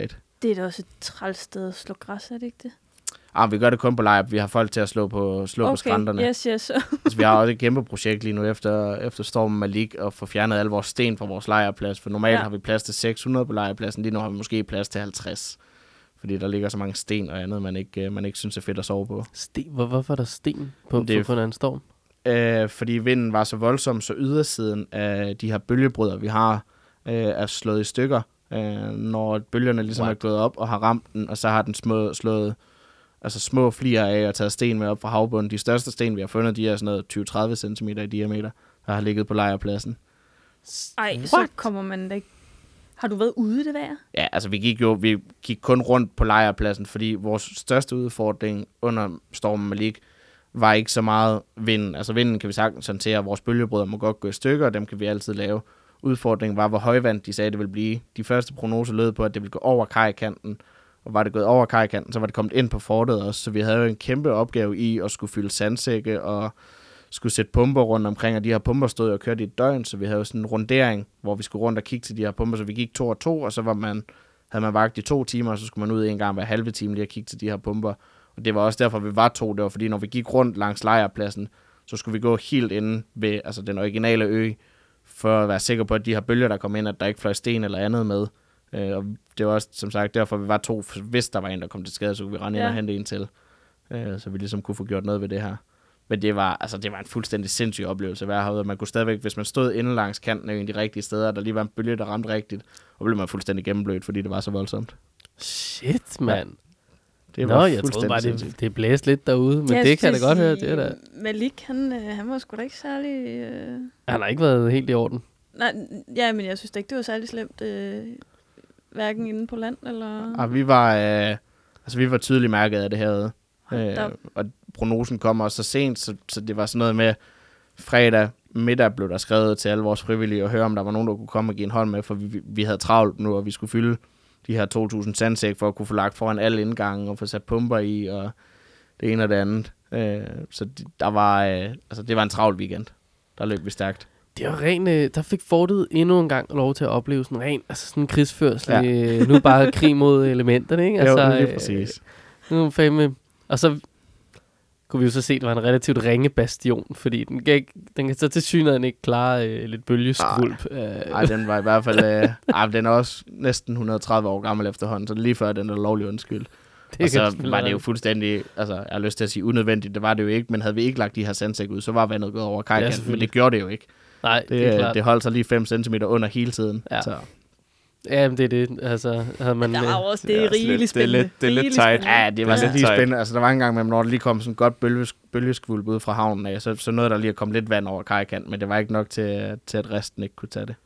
Det er da også et træls sted at slå græs, er det ikke det? Ah, vi gør det kun på lejr. Vi har folk til at slå på, slå Okay, på skrænterne. yes, yes. Altså, vi har også et kæmpe projekt lige nu efter, efter stormen Malik og få fjernet alle vores sten fra vores lejrplads. For normalt Ja. har vi plads til seks hundrede på lejrpladsen. Lige nu har vi måske plads til halvtreds. Fordi der ligger så mange sten og andet, man ikke, man ikke synes er fedt at sove på. Sten, hvor, hvorfor er der sten på, Det er på, på en anden storm? Øh, fordi vinden var så voldsom, så ydersiden af de her bølgebryder, vi har, øh, er slået i stykker. Øh, når bølgerne ligesom What? er gået op og har ramt den, og så har den små, slået altså små flier af og taget sten med op fra havbunden. De største sten, vi har fundet, de er sådan noget tyve til tredive centimeter i diameter, der har ligget på lejrpladsen. Ej, What? så kommer man da ikke... Har du været ude i det vejr? Ja, altså vi gik jo vi gik kun rundt på lejrpladsen, fordi vores største udfordring under stormen Malik var ikke så meget vinden. Altså vinden kan vi sagtens håndtere, vores bølgebryder må godt gå i stykker, og dem kan vi altid lave. Udfordringen var, hvor højvand de sagde, det ville blive. De første prognoser lød på, at det ville gå over kajkanten, og var det gået over kajkanten, så var det kommet ind på fortet også. Så vi havde jo en kæmpe opgave i at skulle fylde sandsække og skulle sætte pumper rundt omkring, og de her pumper stod og kørte i et døgn, så vi havde jo sådan en rundering, hvor vi skulle rundt og kigge til de her pumper, så vi gik to og to, og så var man, havde man vagt i to timer, og så skulle man ud en gang hver halve time lige at kigge til de her pumper. Og det var også derfor, vi var to. Det var fordi, når vi gik rundt langs lejrpladsen, så skulle vi gå helt inde ved altså den originale ø, for at være sikker på, at de her bølger, der kom ind, at der ikke fløj sten eller andet med. Øh, og det var også, som sagt, derfor vi var to. For hvis der var en, der kom til skade, så kunne vi rende Ja. ind og hente en til. Øh, så vi ligesom kunne få gjort noget ved det her. Men det var, altså, det var en fuldstændig sindssyg oplevelse at være herude. Man kunne stadigvæk, hvis man stod inde langs kanten af en af de rigtige steder, der lige var en bølge, der ramte rigtigt, og blev man fuldstændig gennemblødt, fordi det var så voldsomt. Shit, mand. Det Nå, jeg troede bare, sindssygt. det, det blæste lidt derude, men Jeg det kan jeg da skulle godt høre. sige, Det er da. Malik, han, øh, han var sgu da ikke særlig... Øh... Han har ikke været helt i orden. Nej, ja, men jeg synes da ikke, det var særlig slemt, øh, hverken inde på land, eller... Og vi var, øh, altså, vi var tydeligt mærket af det herude. Hold da Øh, op. og prognosen kom også så sent, så, så det var sådan noget med, fredag middag blev der skrevet til alle vores frivillige og høre, om der var nogen, der kunne komme og give en hånd med, for vi, vi, vi havde travlt nu, og vi skulle fylde de her to tusind sandsæk for at kunne få lagt foran alle indgange og få sat pumper i, og det ene og det andet. Øh, så det, der var, øh, altså, det var en travl weekend. Der løb vi stærkt. Det var ren, øh, der fik fortet endnu en gang lov til at opleve sådan ren, altså sådan en krigsførsel. Ja. Nu bare krig mod elementerne, ikke? Altså, jo, lige præcis. Øh, nu fandme. Og så kunne vi jo så se, at det var en relativt ringe bastion, fordi den, gik, den kan så til synligheden ikke klare øh, lidt bølgeskvulp. Nej, den var i hvert fald... Øh, ej, den er også næsten et hundrede og tredive år gammel efterhånden, så lige før den er lovlig undskyld. Og så var det jo fuldstændig, altså jeg har lyst til at sige unødvendigt, det var det jo ikke, men havde vi ikke lagt de her sandsæk ud, så var vandet gået over kajkanten, ja, men det gjorde det jo ikke. Nej, det, det er klart. Det holdt sig lige fem centimeter under hele tiden. Ja. Så. Ja, men det er det. Altså, havde man, Der var jo også, det Ja, er rigeligt det er spændende. lidt- det er lidt Rigeligt tight. spændende. Ja, det var Ja. sådan lige Tight. spændende. Altså der var en gang med, når der lige kom sådan godt bølges, bølgeskvulp ud fra havnen af, så, så nåede der lige at komme lidt vand over kajkanten, men det var ikke nok til, til at resten ikke kunne tage det.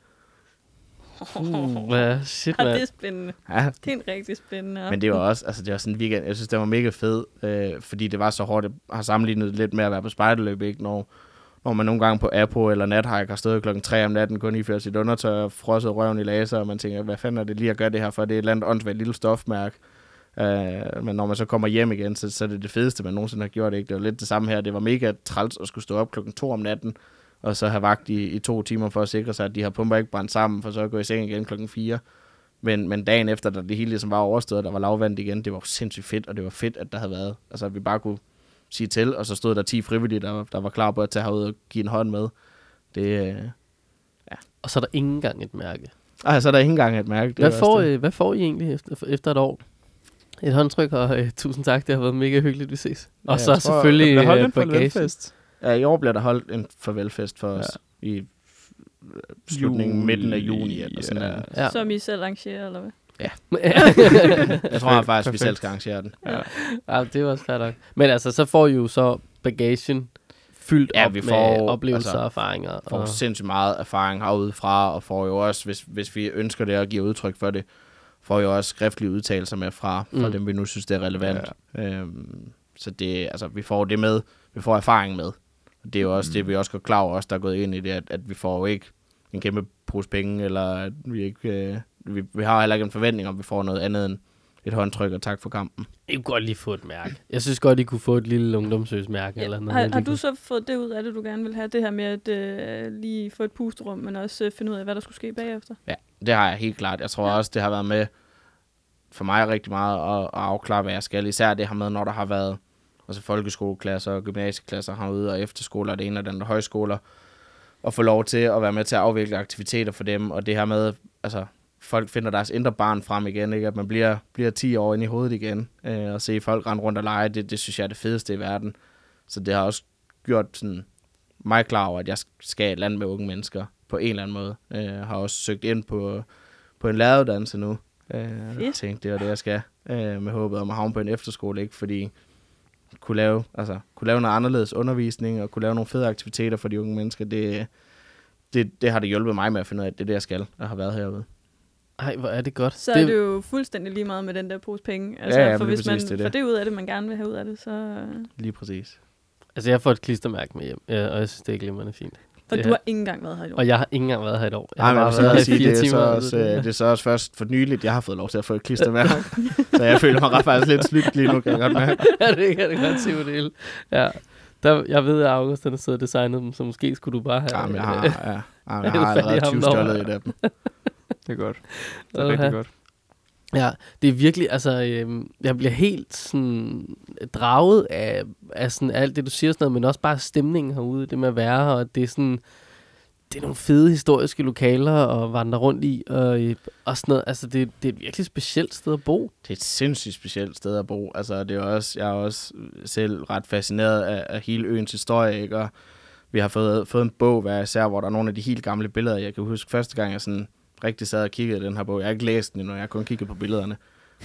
uh, hvad, shit, Ja, det man. er spændende. Ja, Det er en rigtig spændende men det var også, altså det var sådan en weekend, jeg synes, det var mega fed, øh, fordi det var så hårdt. Jeg har sammenlignet det lidt med at være på spejderløb, ikke? Når, når man nogle gange på Apo eller Nathike har stået klokken tre om natten, kun iført sit undertøj og frosset røven i laser, og man tænker, hvad fanden er det lige at gøre det her for? Det er et eller andet åndssvagt lille stofmærke. Øh, men når man så kommer hjem igen, så, så er det det fedeste, man nogensinde har gjort, ikke? Det var lidt det samme her. Det var mega træls at skulle stå op klokken to om natten, og så have vagt i, i to timer for at sikre sig, at de her pumper ikke brændte sammen, for så at gå i seng igen klokken fire. Men, men dagen efter, da det hele ligesom var overstået, der var lavvand igen, det var sindssygt fedt, og det var fedt, at der havde været, altså at vi bare kunne sige til, og så stod der ti frivillige, der, der var klar på at tage herud og give en hånd med. Det, øh... Og så er der ikke engang et mærke. Ej, så er der ikke engang et mærke. Det Hvad er får, også det. øh, hvad får I egentlig efter, efter et år? Et håndtryk, og øh, tusind tak, det har været mega hyggeligt, vi ses. Ja, Og så jeg tror, selvfølgelig Der blev holdt øh, en bagage. farvelfest. Ja, i år bliver der holdt en farvelfest for os i slutningen, midten af juni eller sådan Ja. noget. Ja. Som I selv arrangerer, eller hvad? Jeg tror faktisk, vi Perfekt. selv skal arrangere den. Ja. Ja, det var også fair nok. Men altså, så får I jo så bagagen fyldt Ja, op vi med får, oplevelser altså, og erfaringer. Får Og, sindssygt meget erfaring herudefra, og får jo også, hvis, hvis vi ønsker det og giver udtryk for det, får jo også skriftlige udtalelser med fra, fra Mm. dem, vi nu synes, det er relevant. Ja. Øhm, så det, altså, vi får det med, vi får erfaring med. Og det er jo også mm. det, vi også går klar over, os, der er gået ind i det, at, at vi får jo ikke en kæmpe pose penge, eller at vi ikke, øh, vi, vi har heller ikke en forventning om, at vi får noget andet end et håndtryk og tak for kampen. I kunne godt lige få et mærke. Jeg synes godt, I kunne få et lille ungdomsøgsmærke. Ja. Eller noget, Har, I har lige du kunne- så fået det ud af det, du gerne vil have? Det her med at øh, lige få et pusterum, men også øh, finde ud af, hvad der skulle ske bagefter? Ja, det har jeg helt klart. Jeg tror Ja. også, det har været med for mig rigtig meget at, at afklare, hvad jeg skal. Især det her med, når der har været altså folkeskoleklasser og gymnasieklasser herude, og efterskoler og det ene og den andre højskoler, og få lov til at være med til at afvikle aktiviteter for dem, og det her med, altså, folk finder deres indre barn frem igen, ikke? At man bliver, bliver ti år inde i hovedet igen, øh, og se folk rende rundt og lege, det, det synes jeg er det fedeste i verden. Så det har også gjort sådan, mig klar over, at jeg skal et land med unge mennesker på en eller anden måde. Jeg øh, har også søgt ind på, på en læreruddannelse nu. Øh, jeg tænkte, det var det, jeg skal, øh, med håbet om at havne på en efterskole, ikke? Fordi kunne lave, altså, kunne lave noget anderledes undervisning, og kunne lave nogle fede aktiviteter for de unge mennesker, det, det, det har det hjulpet mig med at finde ud af, at det er det, jeg skal, og har været herude. Ej, hvor er det godt. Så det... er det jo fuldstændig lige meget med den der pose penge. Altså, ja, ja, for hvis man det får det. det ud af det, man gerne vil have ud af det, så... Lige præcis. Altså, jeg får et klistermærke med hjem, ja, og jeg synes, det er glimrende fint. Og du har ikke engang været her i år. Og jeg har ikke engang været her i år. Jeg Nej, har men bare været her i sige, fire det, er timer. så også, øh, det er så også først for nyligt, jeg har fået lov til at få et klistermærke. Så jeg føler mig ret faktisk lidt slygt lige nu, kan jeg godt mærke. Ja, det kan jeg godt se på det hele. Ja. Der, jeg ved, at August har siddet og designet dem, så måske skulle du bare have... Jamen, jeg har, ja, ja, jeg har allerede tyve stjålet i dem. Det er godt. Det er uh-huh. rigtig godt. Ja, det er virkelig, altså, øh, jeg bliver helt sådan draget af, af sådan alt det, du siger sådan noget, men også bare stemningen herude, det med at være her, og det er sådan, det er nogle fede historiske lokaler at vandre rundt i, og, og sådan noget, altså, det, det er et virkelig specielt sted at bo. Det er et sindssygt specielt sted at bo, altså, det er også, jeg er også selv ret fascineret af, af hele øens historie, ikke, og vi har fået, fået en bog hver især, hvor der er nogle af de helt gamle billeder, jeg kan huske første gang, jeg sådan rigtig sad og kiggede i den her bog. Jeg har ikke læst den endnu, jeg har kun kigget på billederne.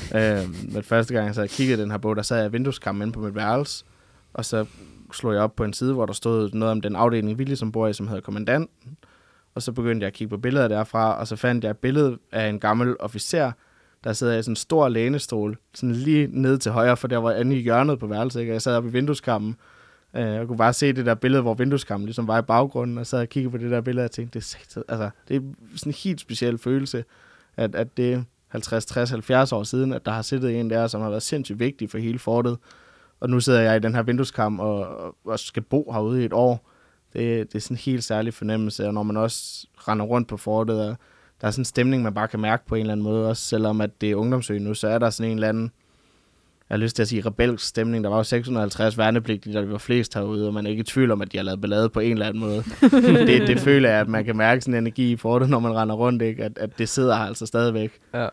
øh, men første gang jeg sad og kiggede i den her bog, der sad jeg i vindueskarmen inde på mit værelse, og så slog jeg op på en side, hvor der stod noget om den afdeling, vi ligesom bor i, som hedder kommandanten. Og så begyndte jeg at kigge på billeder derfra, og så fandt jeg et billede af en gammel officer, der sidder i sådan en stor lænestol, sådan lige ned til højre, for der var inde i hjørnet på værelset, ikke? Og jeg sad oppe i vindueskarmen, og jeg kunne bare se det der billede, hvor vindueskarmen ligesom var i baggrunden, og så havde jeg kigget på det der billede, og tænkte, det er, altså, det er sådan en helt speciel følelse, at, at det er halvtreds, tres, halvfjerds år siden, at der har siddet en der, som har været sindssygt vigtig for hele fortet, og nu sidder jeg i den her vindueskarm og, og skal bo herude i et år. Det, det er sådan en helt særlig fornemmelse, og når man også render rundt på fortet, og der er sådan en stemning, man bare kan mærke på en eller anden måde, også selvom at det er ungdomsøen nu, så er der sådan en eller anden, jeg har lyst til at sige rebelsk stemning. Der var jo seks hundrede og halvtreds værnepligtige, der var flest herude, og man er ikke i tvivl om, at de har lavet ballade på en eller anden måde. det, det føler jeg, at man kan mærke sådan en energi i fortet, når man render rundt, ikke? At, at det sidder her altså stadigvæk. Ja.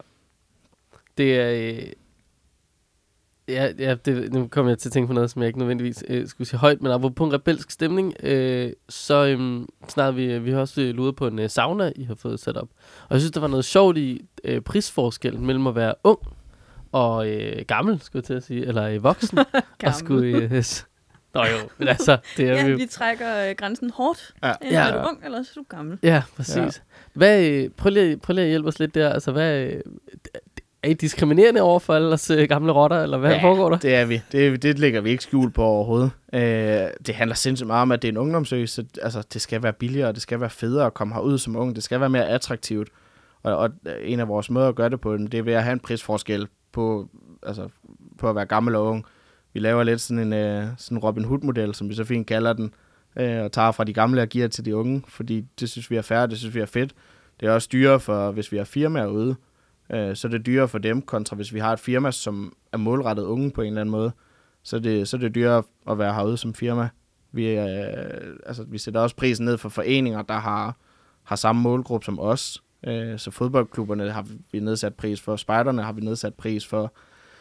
Det er... Øh... Ja, ja det, nu kommer jeg til at tænke på noget, som jeg ikke nødvendigvis øh, skulle sige højt, men apropos en rebelsk stemning, øh, så øh, snart vi, vi har også luret på en øh, sauna, I har fået sat op. Og jeg synes, der var noget sjovt i øh, prisforskellen mellem at være ung og øh, gammel, skulle jeg til at sige, eller øh, voksen. og skulle, øh, Nå jo, men altså... Det er ja, vi, vi trækker øh, grænsen hårdt. Ja. Enten Ja. er du ung, eller så er du gammel. Ja, præcis. Ja. Hvad, øh, prøv, lige, prøv lige at hjælpe os lidt der. Altså, hvad... Øh, er I diskriminerende over for alle os øh, gamle rotter, eller hvad ja, foregår der? det er vi. Det, det lægger vi ikke skjul på overhovedet. Øh, det handler sindssygt meget om, at det er en ungdomsø, så altså, det skal være billigere, det skal være federe at komme herud som ung, det skal være mere attraktivt. Og, og en af vores måder at gøre det på, det er ved at have en prisforskel på, altså, på at være gammel og ung. Vi laver lidt sådan en øh, sådan Robin Hood-model, som vi så fint kalder den, øh, og tager fra de gamle og giver til de unge, fordi det synes vi er fair, det synes vi er fedt. Det er også dyrere for, hvis vi har firmaer ude, øh, så er det dyrere for dem, kontra hvis vi har et firma, som er målrettet unge på en eller anden måde, så er det, så er det dyrere at være herude som firma. Vi, øh, altså, vi sætter også prisen ned for foreninger, der har, har samme målgruppe som os. Øh, så fodboldklubberne har vi nedsat pris for, spejderne har vi nedsat pris for,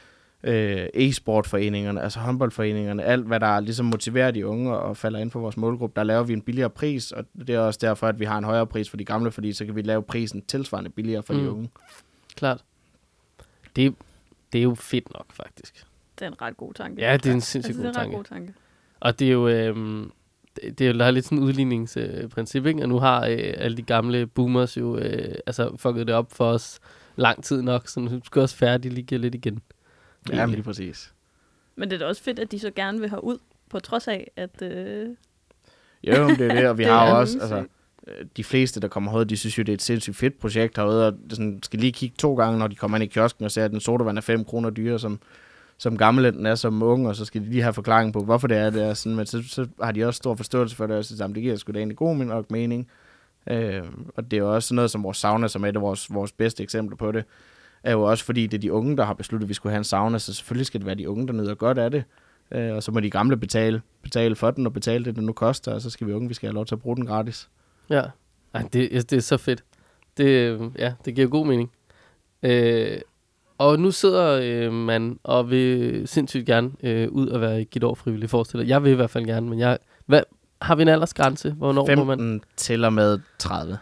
øh, e-sportforeningerne, altså håndboldforeningerne, alt hvad der ligesom motiverer de unge og falder ind for vores målgruppe, der laver vi en billigere pris, og det er også derfor, at vi har en højere pris for de gamle, fordi så kan vi lave prisen tilsvarende billigere for mm. de unge. Klart. Det, det er jo fedt nok, faktisk. Det er en ret god tanke. Ja, det er en sindssygt altså, god, det er en tanke. ret god tanke. Og det er jo... Øh, det, det er jo der er lidt sådan en udligningsprincip, ikke? Og nu har øh, alle de gamle boomers jo øh, altså fucket det op for os lang tid nok, så nu skal også færdig lige lidt igen. Ja, lige præcis. Men det er da også fedt, at de så gerne vil have ud, på trods af, at... Øh... Jo, det er det, og vi det har er jo også, altså, de fleste, der kommer herude, de synes jo, det er et sindssygt fedt projekt herude, og det sådan, skal lige kigge to gange, når de kommer ind i kiosken og ser, at den sodavand er fem kroner dyrere, som, som gammel den er som unge, og så skal de lige have forklaring på, hvorfor det er det er sådan, men så, så har de også stor forståelse for det, og så sammen, det giver sgu da egentlig god nok mening. Øh, og det er jo også noget som vores sauna, som er et af vores, vores bedste eksempler på det, er jo også fordi, det er de unge, der har besluttet, at vi skulle have en sauna, så selvfølgelig skal det være de unge, der nyder godt af det. Øh, og så må de gamle betale, betale for den og betale det, det nu koster, og så skal vi unge, vi skal have lov til at bruge den gratis. Ja, ej, det, det er så fedt. Det, ja, det giver god mening. Øh, og nu sidder øh, man og vil sindssygt gerne øh, ud og være i Gitte År frivillig forestiller. Jeg vil i hvert fald gerne, men jeg... Hvad, har vi en aldersgrænse? Hvornår må man... femten til og med tredive.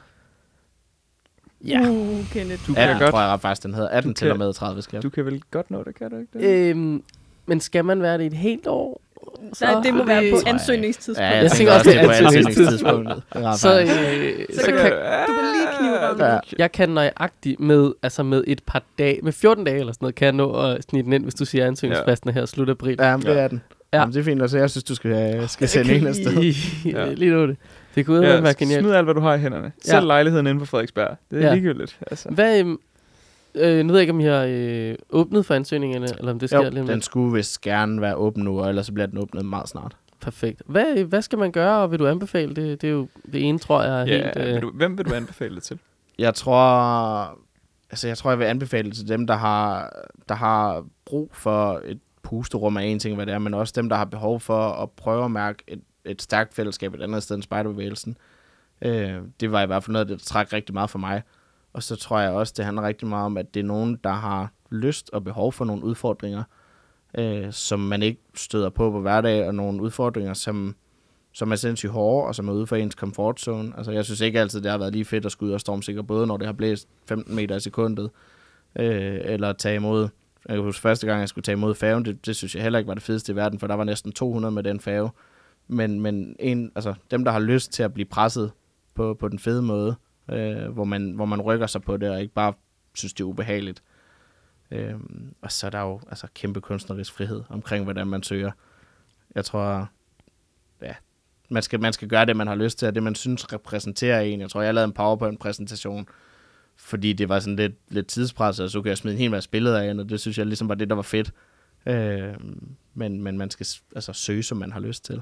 Ja. Uh, Kenneth. Du atten kan godt, tror jeg faktisk, den hedder. atten Du til og kan- med tredive skal jeg. du kan vel godt nå det, kan du ikke det? Øhm, men skal man være det i et helt år? Nej, det må det- være på tror jeg. ansøgningstidspunktet. Ja, jeg, Jeg tænker tænker også, det er på også, det er ansøgningstidspunktet. Det er ret Så, fejl. øh, Så så kan kan, Du kan lige knive røven. Ja. jeg kan nøjagtigt med, altså med et par dage, med fjorten dage eller sådan noget, kan jeg nå at snige den ind, hvis du siger ansøgningsfristen her slut april. Ja, men det Ja. er den. Ja. Jamen, det er fint, altså jeg synes, du skal, skal sende en afsted. Ja. Ja. Lige nu det. Det kunne ja, være genialt. smid alt, hvad du har i hænderne. Selv Ja. lejligheden inde på Frederiksberg. Det er Ja. ja. ligegyldigt. Altså. Hvad, øhm, øh, nu ved jeg ikke, om I har øh, åbnet for ansøgningerne, eller om det sker Jo, lige om den lidt. skulle vist gerne være åben nu, og ellers så bliver den åbnet meget snart. Perfekt. Hvad, hvad skal man gøre, og vil du anbefale det? Det er jo det ene, tror jeg, er Ja, helt... vil Øh, du, hvem vil du anbefale det til? Jeg tror, altså jeg tror, jeg vil anbefale det til dem, der har, der har brug for et pusterum af en ting, hvad det er, men også dem, der har behov for at prøve at mærke et, et stærkt fællesskab et andet sted end spejderbevægelsen. Øh, det var i hvert fald noget, der træk rigtig meget for mig. Og så tror jeg også, det handler rigtig meget om, at det er nogen, der har lyst og behov for nogle udfordringer, øh, som man ikke støder på på hverdag, og nogle udfordringer, som, som er sindssygt hårde, og som er ude for ens komfortzone. Altså, jeg synes ikke altid, det har været lige fedt at skulle ud og stormsikre, både når det har blæst femten meter i sekundet, øh, eller tage imod. Jeg kan huske, første gang, jeg skulle tage imod færgen, det, det synes jeg heller ikke var det fedeste i verden, for der var næsten to hundrede med den færge. Men, men en, altså, dem, der har lyst til at blive presset på, på den fede måde, øh, hvor, man, hvor man rykker sig på det, og ikke bare synes, det er ubehageligt. Øh, og så er der jo altså, kæmpe kunstnerisk frihed omkring, hvordan man søger. Jeg tror, ja, man skal, man skal gøre det, man har lyst til, og det, man synes repræsenterer en. Jeg tror, jeg lavede en PowerPoint-præsentation, fordi det var sådan lidt, lidt tidspresset, og så kunne jeg smide en hel masse billeder af, og det synes jeg ligesom var det, der var fedt. Øh, men, men man skal altså søge, som man har lyst til.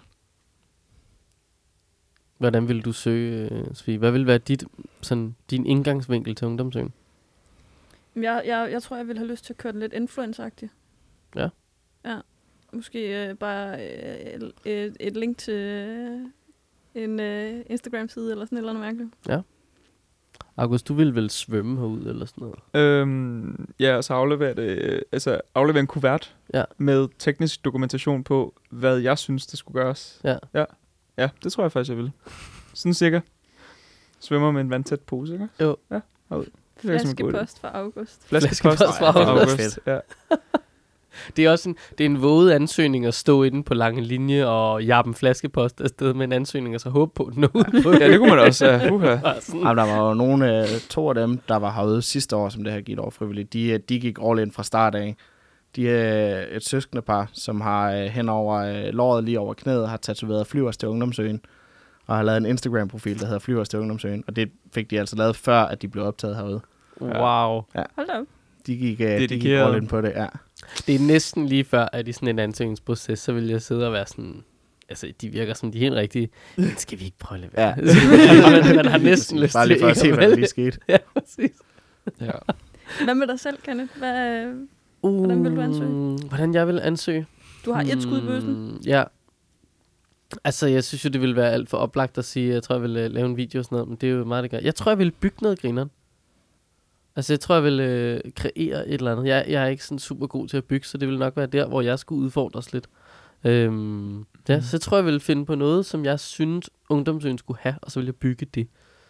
Hvordan vil du søge, øh, Sofie? Hvad vil være dit, sådan, din indgangsvinkel til ungdomsøen? Jeg, jeg, jeg tror, jeg ville have lyst til at køre den lidt influencer-agtigt. Ja. Ja. Måske øh, bare øh, et, et link til øh, en øh, Instagram-side eller sådan et eller andet mærkeligt. August, du vil vel svømme herud eller sådan noget? Øhm, ja, og så aflevere, det, øh, altså aflevere en kuvert Ja. med teknisk dokumentation på, hvad jeg synes, der skulle gøres. Ja. Ja, ja det tror jeg faktisk, jeg vil. Sådan cirka. Svømmer med en vandtæt pose, ikke? Jo. Ja, herud. Det virker som en god idé. Flaskepost fra August. Flaskepost Flaskepost fra fra August. August. Ja. Det er også en, det er en våget ansøgning at stå inde på lange linje og jappe en flaskepost afsted med en ansøgning, og så håbe på noget. ja, det kunne man også. Ja. Uh-huh. Bare sådan. Jamen, der var jo nogle, øh, to af dem, der var herude sidste år, som det her Gitte År frivilligt. De, øh, de gik all in fra start af. De er et søskende par, som har øh, hen over øh, låret lige over knæet, har tatoveret Flyvers til Ungdomsøen, og har lavet en Instagram-profil, der hedder Flyvers til Ungdomsøen. Og det fik de altså lavet, før at de blev optaget herude. Wow. Hold da op. De gik, øh, de gik Dedikeret. all in på det, ja. Det er næsten lige før, at i sådan en ansøgningsproces, så vil jeg sidde og være sådan... Altså, de virker som de helt rigtige. Men skal vi ikke prøve at lade være? Ja. man, man har næsten lyst Bare til lige for at se, ikke hvad der vælge. lige skete. Ja, præcis. Ja. Hvad med dig selv, Kenneth? Hvad, Uh, Hvordan vil du ansøge? Hvordan jeg vil ansøge? du har et skud i bøssen. Mm, Ja. Altså, jeg synes jo, det ville være alt for oplagt at sige, jeg tror, jeg vil uh, lave en video og sådan noget, men det er jo meget, det gør. Jeg tror, jeg vil bygge noget grineren. Altså, jeg tror, jeg vil øh, kreere et eller andet. Jeg, jeg er ikke sådan super god til at bygge, så det vil nok være der, hvor jeg skulle udfordres lidt. Øhm, ja, så jeg tror, jeg vil finde på noget, som jeg synes, ungdomsøen skulle have, og så vil jeg bygge det.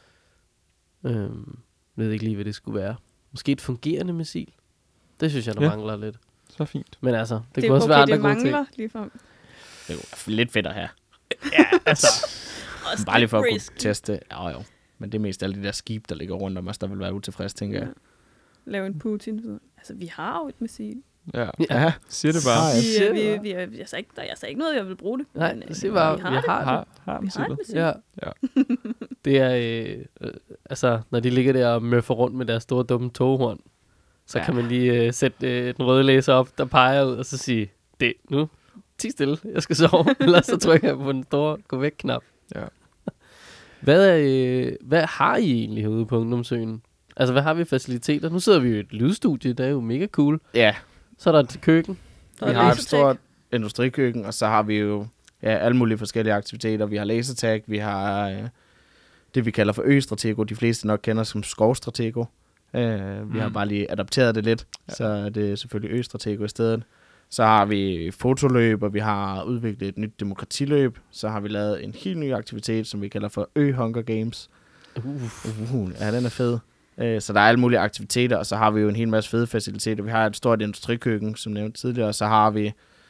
Øhm, jeg ved ikke lige, hvad det skulle være. Måske et fungerende missil. Det synes jeg, der Ja. mangler lidt. Så fint. Men altså, det, Det kunne er også okay, være andre det gode ting. mangler lige for. Det er jo lidt fedt at have. Ja, altså. Også Bare lige for at risky. kunne teste. Jo, jo. Men det er mest alle de der skib, der ligger rundt om os, der vil være utilfreds, tænker jeg. Lave en Putin. Altså, vi har jo et missil. Ja. Ja. Siger det bare. Nej. Vi, siger øh, det vi, vi, er- jeg, sagde ikke, der, jeg sagde ikke noget, jeg vil bruge det. Nej, men, øh, det siger bare, vi vi har det. har det. Har, har Vi har et missilet. missil. Ja. Ja. Det er, øh, øh, altså, når de ligger der og møffer rundt med deres store dumme toghorn, så Ja. kan man lige øh, sætte øh, den røde læser op, der peger ud, og så sige, det nu, ti stille, jeg skal sove, eller så trykker jeg på den store gå væk-knap. Ja. Hvad, er, øh, hvad har I egentlig herude på Ungdomsøen? Altså, hvad har vi faciliteter? Nu sidder vi jo i et lydstudie, det er jo mega cool. Ja. Så er der et køkken. Der Vi er har et lasertag. stort industrikøkken, og så har vi jo ja, alle mulige forskellige aktiviteter. Vi har lasertag, vi har øh, det, vi kalder for Østratego. De fleste nok kender som Skovstratego. Øh, vi har Mm. bare lige adapteret det lidt, Ja. så det er selvfølgelig Østratego i stedet. Så har vi fotoløb, og vi har udviklet et nyt demokratiløb. Så har vi lavet en helt ny aktivitet, som vi kalder for Ø-Hunger Games. Uh. Uh, ja, den er fed. Øh, Så der er alle mulige aktiviteter, og så har vi jo en hel masse fede faciliteter. Vi har et stort industrikøkken, som nævnt tidligere, og så har vi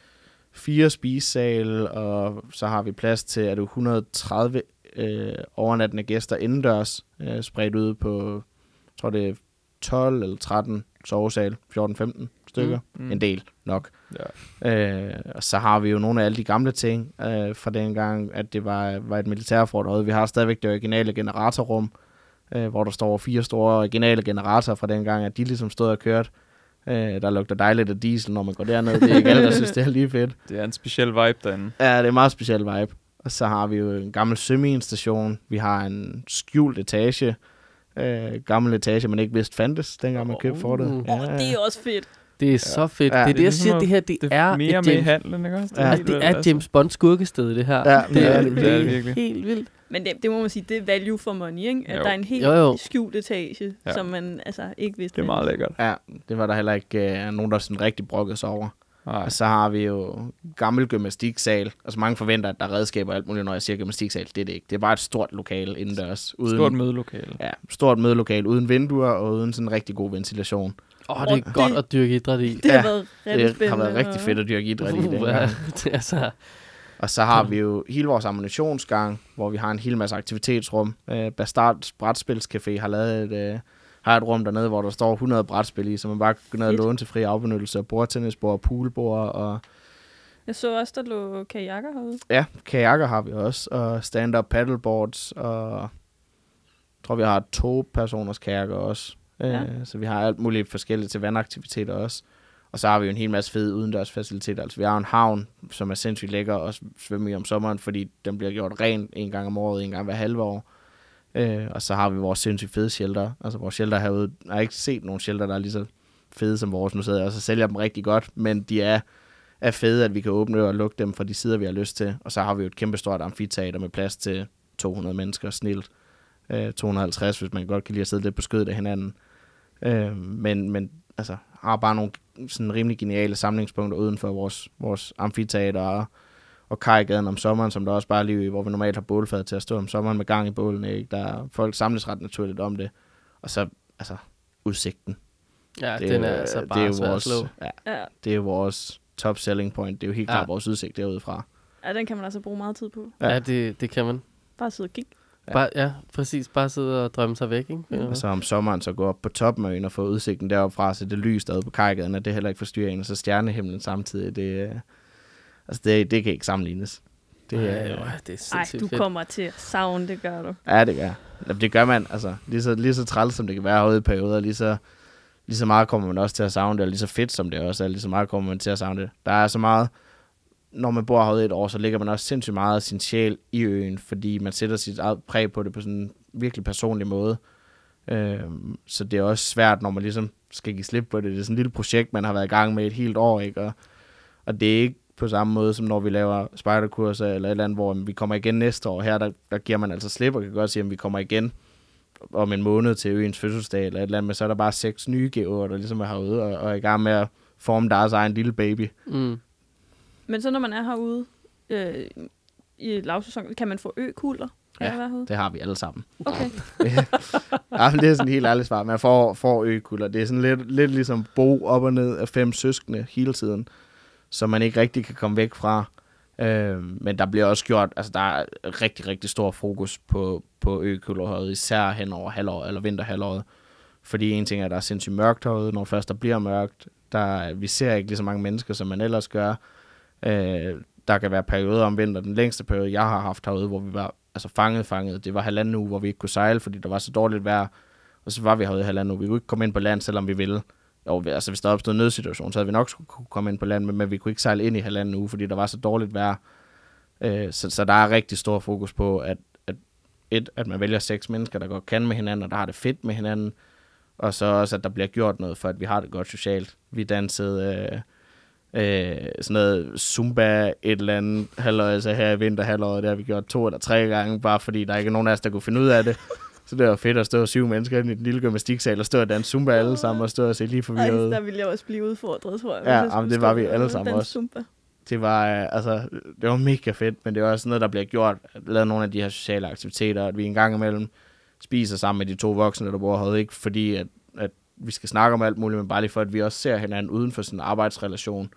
fire spisesale, og så har vi plads til er det et hundrede og tredive øh, overnattende gæster indendørs, øh, spredt ud på, jeg tror det er tolv eller tretten sovesal, fjorten femten stykker. Mm. En del nok. Ja. Øh, og så har vi jo nogle af alle de gamle ting øh, fra dengang, at det var, var et militærfort derude. Vi har stadigvæk det originale generatorrum, øh, hvor der står fire store originale generatorer fra dengang, at de ligesom stod og kørte. Øh, der lugter dejligt af diesel, når man går derned. Det er ikke alle, der synes, det er lige fedt. Det er en speciel vibe derinde. Ja, det er en meget speciel vibe. Og så har vi jo en gammel søminstation. Vi har en skjult etage. Øh, gammel etage, man ikke vidste fandtes, dengang man købte fortet. Uh. Åh, det er også fedt. Det er så fedt. Ja. Det er det, jeg ligesom siger, at- det her, det, Det er er mere et med i James, handlen, ikke også? Ja, helt altså, det vildt, er et James Bond skurkested, det her. Ja, det, det er er, det det, virkelig. er Det er virkelig. helt vildt. Men det, det må man sige, det er value for money, ikke? At Jo. der er en helt Jo, jo. skjult etage, Ja. som man altså ikke vidste. Det er meget lækkert. Ja, det var der heller ikke uh, nogen, der sådan rigtig brokkede sig over. Nej. Og så har vi jo gammel gymnastiksal. Altså mange forventer, at der er redskaber og alt muligt, når jeg siger gymnastiksal. Det er det ikke. Det er bare et stort lokale indendørs. Uden, Stort mødelokale. Ja, stort mødelokale uden vinduer og uden sådan rigtig god ventilation. Åh, oh, det er Og godt det- at dyrke idræt i. Det har Ja, været rigtig Det spændende. har været rigtig og- fedt at dyrke idræt i Uh, det. ja. Det er så... Og så har vi jo hele vores ammunitionsgang, hvor vi har en hel masse aktivitetsrum. Øh, Bastard Brætspilscafé har lavet et, øh, har et rum dernede, hvor der står hundrede brætspil i, så man bare kan gå ned og Fedt. låne til fri afbenyttelse af bordtennisbord, poolbord og Jeg så også, der lå kajakker herude. ja, kajakker har vi også, og stand-up paddleboards, og jeg tror, vi har to personers kajakker også. Ja. Øh, så vi har alt muligt forskelligt til vandaktiviteter også. Og så har vi jo en hel masse fede udendørs faciliteter. Altså vi har en havn, som er sindssygt lækker at svømme i om sommeren, fordi den bliver gjort ren en gang om året, en gang hver halve år. Øh, og så har vi vores sindssygt fede shelter. Altså vores shelter herude, jeg har ikke set nogen shelter, der er lige så fede som vores. Nu sidder jeg også og sælger dem rigtig godt, men de er, er fede, at vi kan åbne og lukke dem fra de sider, vi har lyst til. Og så har vi jo et kæmpestort amfiteater med plads til to hundrede mennesker snilt. Øh, to hundrede og halvtreds, hvis man godt kan lide at sidde lidt på skødet af hinanden. Øh, men, men altså, har bare nogle sådan rimelig geniale samlingspunkter uden for vores, vores amfiteater og, og Kajgaden om sommeren, som der også bare lige, hvor vi normalt har bålfad til at stå om sommeren med gang i bålene. Ikke? Der folk samles ret naturligt om det. Og så, altså, udsigten. Ja, Det er den jo- er altså det bare er jo svær at vores, slå. ja, Ja. det er jo vores top selling point. Det er jo helt Ja. klart vores udsigt derudefra. ja, den kan man altså bruge meget tid på. Ja. Ja, det, det kan man. Bare sidde og kigge. Ja. Bare, ja, præcis. Bare sidde og drømme sig væk, ikke? Ja. Og så om sommeren så gå op på toppen af øen og få udsigten deroppe fra, så det lys derude på Kajgaden, og det heller ikke forstyrrer en, og så stjernehimlen samtidig. Det, øh, altså det, det kan ikke sammenlignes. Det, Det, er, er, det er Ej, sindssygt du fedt. kommer til at savne, det gør du. Ja, det gør. Jamen, det gør man, altså. Lige så, lige så træls, som det kan være herude i perioder, lige så, lige så meget kommer man også til at savne det, og lige så fedt, som det også er, lige så meget kommer man til at savne det. Der er så meget, når man bor herude et år, så ligger man også sindssygt meget af sin sjæl i øen, fordi man sætter sit eget præg på det på sådan en virkelig personlig måde. Øhm, så det er også svært, når man ligesom skal give slip på det. Det er sådan et lille projekt, man har været i gang med et helt år, ikke? Og, og det er ikke på samme måde, som når vi laver spejderkurser eller et eller andet, hvor vi kommer igen næste år. Her, der, der giver man altså slip, og kan godt sige, at vi kommer igen om en måned til øens fødselsdag eller et eller andet, men så er der bare seks nye geoer, der ligesom er herude og, og er i gang med at forme deres egen lille baby. Mm. Men så når man er herude øh, i lavsæson, kan man få ø-kugler? Kan Ja. jeg være herude? Det har vi alle sammen. Okay. Ja, men det er sådan helt ærligt svar. Man får, får økulder. Det er sådan lidt, lidt ligesom bo op og ned af fem søskende hele tiden, som man ikke rigtig kan komme væk fra. Øh, men der bliver også gjort, altså der er rigtig, rigtig stor fokus på, på økulderhøjet, især hen over halvåret, eller vinterhalvåret. Fordi en ting er, at der er sindssygt mørkt herude, når først der bliver mørkt. Der, vi ser ikke lige så mange mennesker, som man ellers gør. Øh, der kan være perioder om vinteren. Den længste periode, jeg har haft herude, hvor vi var altså fanget, fanget. Det var halvanden uge, hvor vi ikke kunne sejle, fordi der var så dårligt vejr. Og så var vi herude i halvanden uge. Vi kunne ikke komme ind på land, selvom vi ville. Jo, altså hvis der opstod en nødsituation, så havde vi nok skulle kunne komme ind på land, men, men vi kunne ikke sejle ind i halvanden uge, fordi der var så dårligt vejr. Øh, så, så der er rigtig stor fokus på, at, at, et, at man vælger seks mennesker, der godt kan med hinanden, og der har det fedt med hinanden. Og så også, at der bliver gjort noget for, at vi har det godt socialt. Vi dansede øh, øh, sådan noget Zumba, et eller andet halvår, altså her i vinterhalvåret, det har vi gjort to eller tre gange, bare fordi der ikke er nogen af os, der kunne finde ud af det. Så det var fedt at stå syv mennesker i den lille gymnastiksal og stå og danse Zumba alle sammen og stå og se lige forvirret ud. Der ville jeg også blive udfordret, tror jeg. Ja, jamen, det var vi alle sammen også. Zumba. Det var, altså, det var mega fedt, men det var også noget, der bliver gjort, at lave nogle af de her sociale aktiviteter, at vi en gang imellem spiser sammen med de to voksne, der bor herude, ikke fordi, at, at vi skal snakke om alt muligt, men bare lige for, at vi også ser hinanden uden for sådan en arbejdsrelation.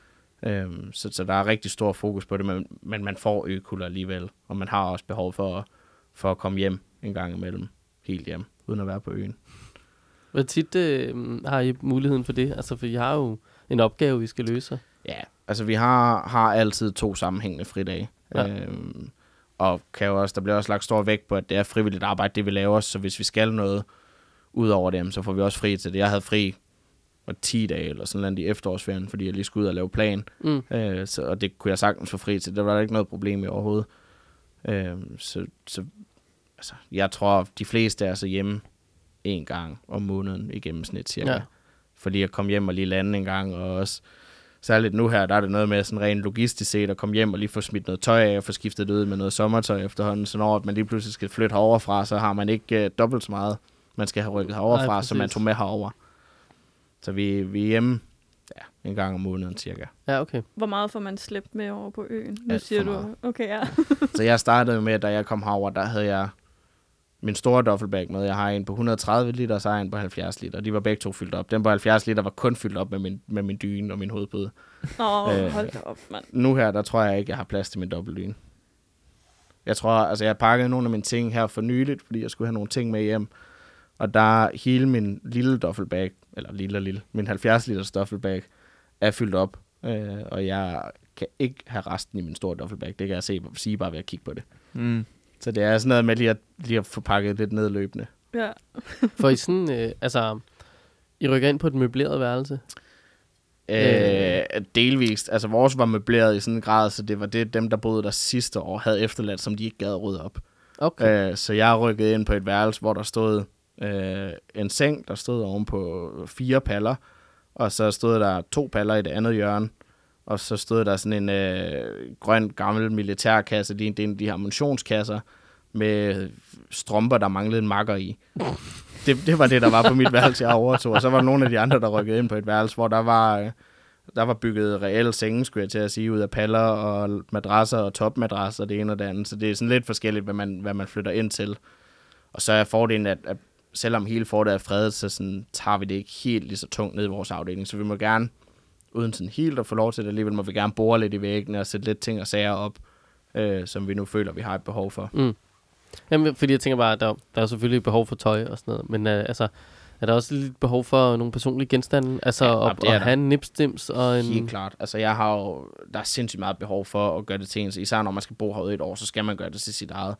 Øhm, så, så der er rigtig stor fokus på det, men, men man får økulder alligevel, og man har også behov for, for at komme hjem en gang imellem, helt hjem, uden at være på øen. Hvor tit øh, har I muligheden for det? Altså, for I har jo en opgave, vi skal løse. Ja, altså vi har, har altid to sammenhængende fridage. Ja. Øhm, og kan jo også, der bliver også lagt stor vægt på, at det er frivilligt arbejde, det vi laver, så hvis vi skal noget ud over det, så får vi også fri til det. Jeg havde fri og ti dage eller sådan noget i efterårsferien, fordi jeg lige skulle ud og lave plan. Mm. Øh, så, og det kunne jeg sagtens få fri til. Der var der ikke noget problem i overhovedet. Øh, så, så altså, jeg tror, de fleste er så hjemme en gang om måneden i gennemsnit cirka. Ja. Fordi jeg kom hjem og lige lande en gang, og også særligt nu her, der er det noget med sådan rent logistisk set at komme hjem og lige få smidt noget tøj af og få skiftet det ud med noget sommertøj efterhånden, så når man lige pludselig skal flytte heroverfra, så har man ikke uh, dobbelt så meget, man skal have rykket heroverfra, som man tog med herover. Så vi, vi er hjemme ja, en gang om måneden cirka. Ja, okay. Hvor meget får man slæbt med over på øen? Nu Alt siger du, okay, ja. Så jeg startede med, da jeg kom herover, der havde jeg min store duffelbag med. Jeg har en på hundrede og tredive liter, og så har jeg en på halvfjerds liter. De var begge to fyldt op. Den på halvfjerds liter var kun fyldt op med min, med min dyne og min hovedpude. Åh, oh, øh, hold da op, mand. Nu her, der tror jeg ikke, jeg har plads til min dobbeltdyne. Jeg tror, altså jeg har pakket nogle af mine ting her for nyligt, fordi jeg skulle have nogle ting med hjem. Og der hele min lille duffelbag, eller lille og lille, min halvfjerds liters duffelbag, er fyldt op. Øh, og jeg kan ikke have resten i min store duffelbag. Det kan jeg se, sige bare ved at kigge på det. Mm. Så det er sådan noget med lige at, lige at få pakket lidt ned løbende. Ja. For I sådan, øh, altså, I rykker ind på et møbleret værelse? Øh, delvist. Altså vores var møbleret i sådan en grad, så det var det, dem der boede der sidste år, havde efterladt, som de ikke gad rydde op. Okay. Øh, så jeg rykkede ind på et værelse, hvor der stod øh, en seng, der stod oven på fire paller, og så stod der to paller i det andet hjørne, og så stod der sådan en øh, grøn, gammel militærkasse, det er en af de her ammunitionskasser, med strømper, der manglede en makker i. Det, det var det, der var på mit værelse, jeg overtog. Og så var der nogle af de andre, der rykkede ind på et værelse, hvor der var, øh, der var bygget reelle senge, skulle jeg til at sige, ud af paller og madrasser og topmadrasser, det ene og det andet. Så det er sådan lidt forskelligt, hvad man, hvad man flytter ind til. Og så er fordelen, at, at selvom hele fortet er fredet, så sådan, tager vi det ikke helt lige så tungt ned i vores afdeling. Så vi må gerne, uden sådan helt at få lov til det, alligevel må vi gerne bore lidt i væggene og sætte lidt ting og sager op, øh, som vi nu føler, vi har et behov for. Mm. Jamen, fordi jeg tænker bare, at der, der er selvfølgelig behov for tøj og sådan noget, men uh, altså, er der også lidt behov for nogle personlige genstande? Altså, ja, at, at have en nipstims og en... Helt klart. Altså, jeg har jo, der er sindssygt meget behov for at gøre det til en, især når man skal bo herude et år, så skal man gøre det til sit eget.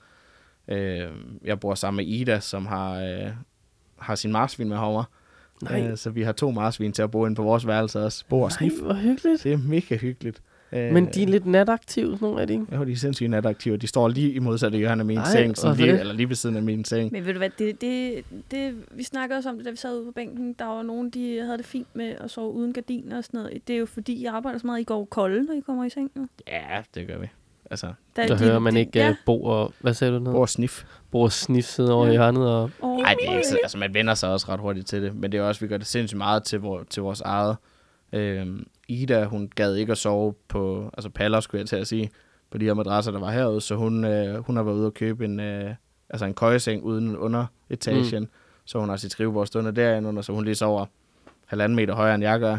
Øh, jeg bor sammen med Ida, som har, øh, har sin marsvin med herovre. Øh, så vi har to marsvin til at bo inde på vores værelse også. Bo og snif. Nej, hvor hyggeligt. Det er mega hyggeligt. Men de er lidt nataktive, sådan nogle af de, ikke? Ja, de er sindssygt nataktive. De står lige i modsatte hjørne af min Ej, seng, sådan lige, eller lige ved siden af min seng. Men ved du hvad, det, det, det, vi snakkede også om det, da vi sad ude på bænken. Der var nogen, de havde det fint med at sove uden gardiner og sådan noget. Det er jo fordi, I arbejder så meget, I går kolde, når I kommer i seng. Jo. Ja, det gør vi. Altså, der de, hører man de, ikke ja. Bo og... Hvad sagde du nu? Bo og snif. Bo og snif sidder over ja. i hjørnet og... Nej, det er ikke så... Altså, man vender sig også ret hurtigt til det. Men det er også, vi gør det sindssygt meget til, vor, til vores eget... Øhm, Ida, hun gad ikke at sove på, altså paller, skulle jeg til at sige, på de her madrasser, der var herude, så hun, øh, hun har været ude og købe en, øh, altså en køjeseng uden under etagen, mm. så hun har sit skrivebord stående derinde under, så hun lige sover halvanden meter højere, end jeg gør.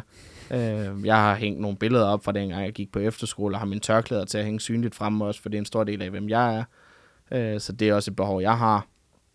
Øh, jeg har hængt nogle billeder op fra dengang, jeg gik på efterskole, og har mine tørklæder til at hænge synligt fremme også, for det er en stor del af, hvem jeg er. Øh, så det er også et behov, jeg har.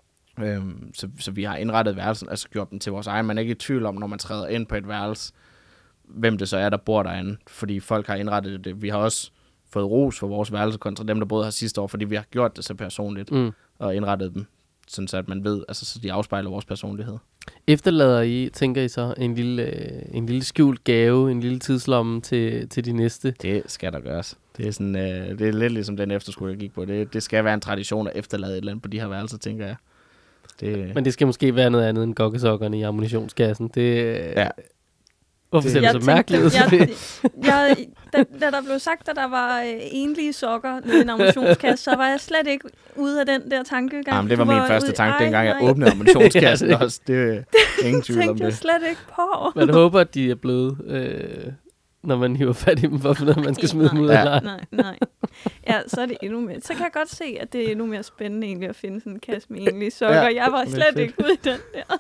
Øh, så, så vi har indrettet værelsen, altså gjort dem til vores egen. Man er ikke i tvivl om, når man træder ind på et værelse, hvem det så er, der bor derinde, fordi folk har indrettet det. Vi har også fået ros for vores værelse kontra dem, der boede her sidste år, fordi vi har gjort det så personligt, mm. og indrettet dem, sådan så at man ved, altså så de afspejler vores personlighed. Efterlader I, tænker I så, en lille, en lille skjult gave, en lille tidslomme til, til de næste? Det skal der gøres. Det er, sådan, øh, det er lidt ligesom den efterskole, jeg gik på. Det, det skal være en tradition at efterlade et eller andet på de her værelser, tænker jeg. Det, Men det skal måske være noget andet end gokkesokkerne i ammunitionskassen. Det, ja. Hvorfor ser Jeg det så tænkte- mærkeligt ud? jeg, jeg, da, da der blev sagt, at der var øh, enlige sokker nede i en ammunitionskasse, så var jeg slet ikke ude af den der tankegang. Jamen, det var Du min første ude- tanke, Ej, dengang jeg nej. åbnede ammunitionskassen Ja, det- også. Det er ingen tvivl om tænkte jeg det. slet ikke på. Man håber, at de er blevet, øh, når man hiver fat i dem, for at finde ud af, om man skal smide dem ud Ja. eller ej. Nej, nej. Ja, så er det endnu mere. Så kan jeg godt se, at det er endnu mere spændende egentlig at finde sådan en kasse med enlige sokker. Ja, Jeg var det er slet fedt. ikke ude i den der.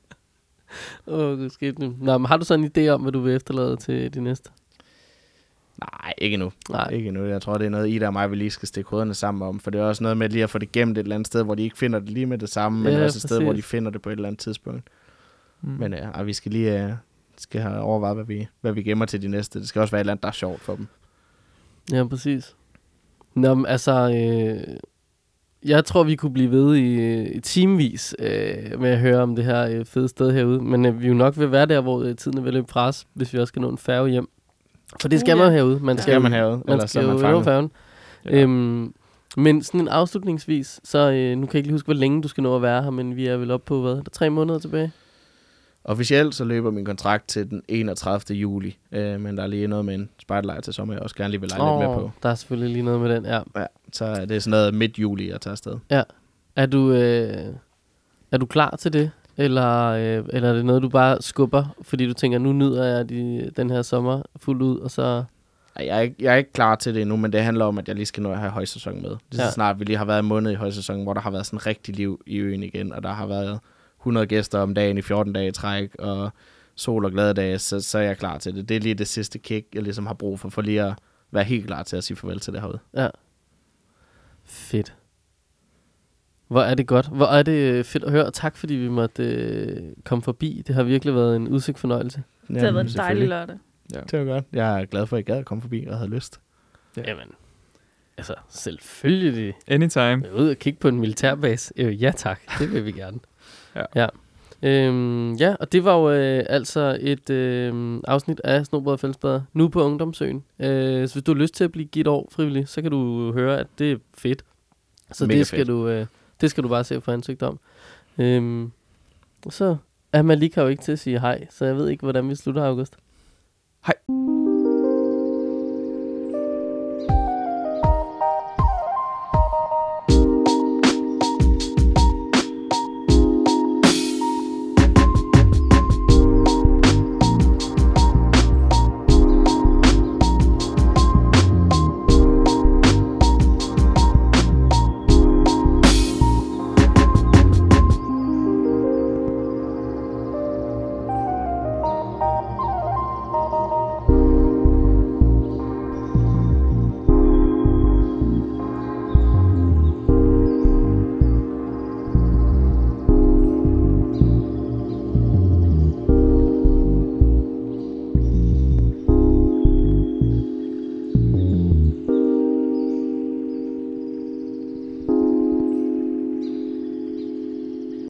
Åh, oh, det skete nu. Nå, men har du så en idé om, hvad du vil efterlade til de næste? Nej, ikke endnu. Nej. Ikke endnu. Jeg tror, det er noget, Ida og mig, vi lige skal stikke hovederne sammen om. For det er også noget med lige at få det gemt et eller andet sted, hvor de ikke finder det lige med det samme, men Ja, også et sted, hvor de præcis. finder det på et eller andet tidspunkt. Mm. Men ja, vi skal lige uh, skal have overvejet, hvad vi, hvad vi gemmer til de næste. Det skal også være et eller andet, der er sjovt for dem. Ja, præcis. Nå, men altså, øh, jeg tror, vi kunne blive ved i, i timevis øh, med at høre om det her øh, fede sted herude. Men øh, vi er jo nok vil være der, hvor øh, tiden er ved at løbe fra os, hvis vi også skal nå en færge hjem. For det skal Uh, man ja. jo herude. Man Det skal, skal man have, man ellers så skal er jo man nå fanget. færgen. Ja. Øhm, men sådan en afslutningsvis, så øh, nu kan jeg ikke lige huske, hvor længe du skal nå at være her, men vi er vel oppe på, hvad? Der er tre måneder tilbage? Officielt så løber min kontrakt til den enogtredivte juli, øh, men der er lige noget med en spejderlejr til sommer, jeg også gerne lige vil lege lidt med på. Der er selvfølgelig lige noget med den, ja. Ja, så er det sådan noget midt juli, jeg tager afsted. Er du, øh, er du klar til det? Eller, øh, eller er det noget, du bare skubber, fordi du tænker, nu nyder jeg de, den her sommer fuldt ud, og så... Ej, Jeg er, ikke, jeg er ikke klar til det endnu, men det handler om, at jeg lige skal nå at have højsæson med. Det er så Ja. snart, vi lige har været en måned i højsæsonen, hvor der har været sådan rigtig liv i øen igen, og der har været hundrede gæster om dagen i fjorten dage i træk, og sol og glade dage, så, så er jeg klar til det. Det er lige det sidste kick, jeg ligesom har brug for, for lige at være helt klar til at sige farvel til det herude. Ja. Fedt. Hvor er det godt. Hvor er det fedt at høre. Tak fordi vi måtte øh, komme forbi. Det har virkelig været en udsigt fornøjelse. Det har været en dejlig lørdag. Ja. Det var godt. Jeg er glad for, at I gad at komme forbi og havde lyst. Ja. Jamen, altså selvfølgelig. Anytime. Jeg er ude og kigge på en militærbase. Øh, ja tak, det vil vi gerne. Ja. Ja. Øhm, ja, og det var jo øh, altså et øh, afsnit af Snobrød og Fællesbader, nu på Ungdomsøen. Øh, så hvis du har lyst til at blive givet år frivillig, så kan du høre, at det er fedt. Så Mega det skal, fedt. du, øh, det skal du bare se for ansigt om. Øhm, så er Malika jo ikke til at sige hej, så jeg ved ikke, hvordan vi slutter, August. Hej.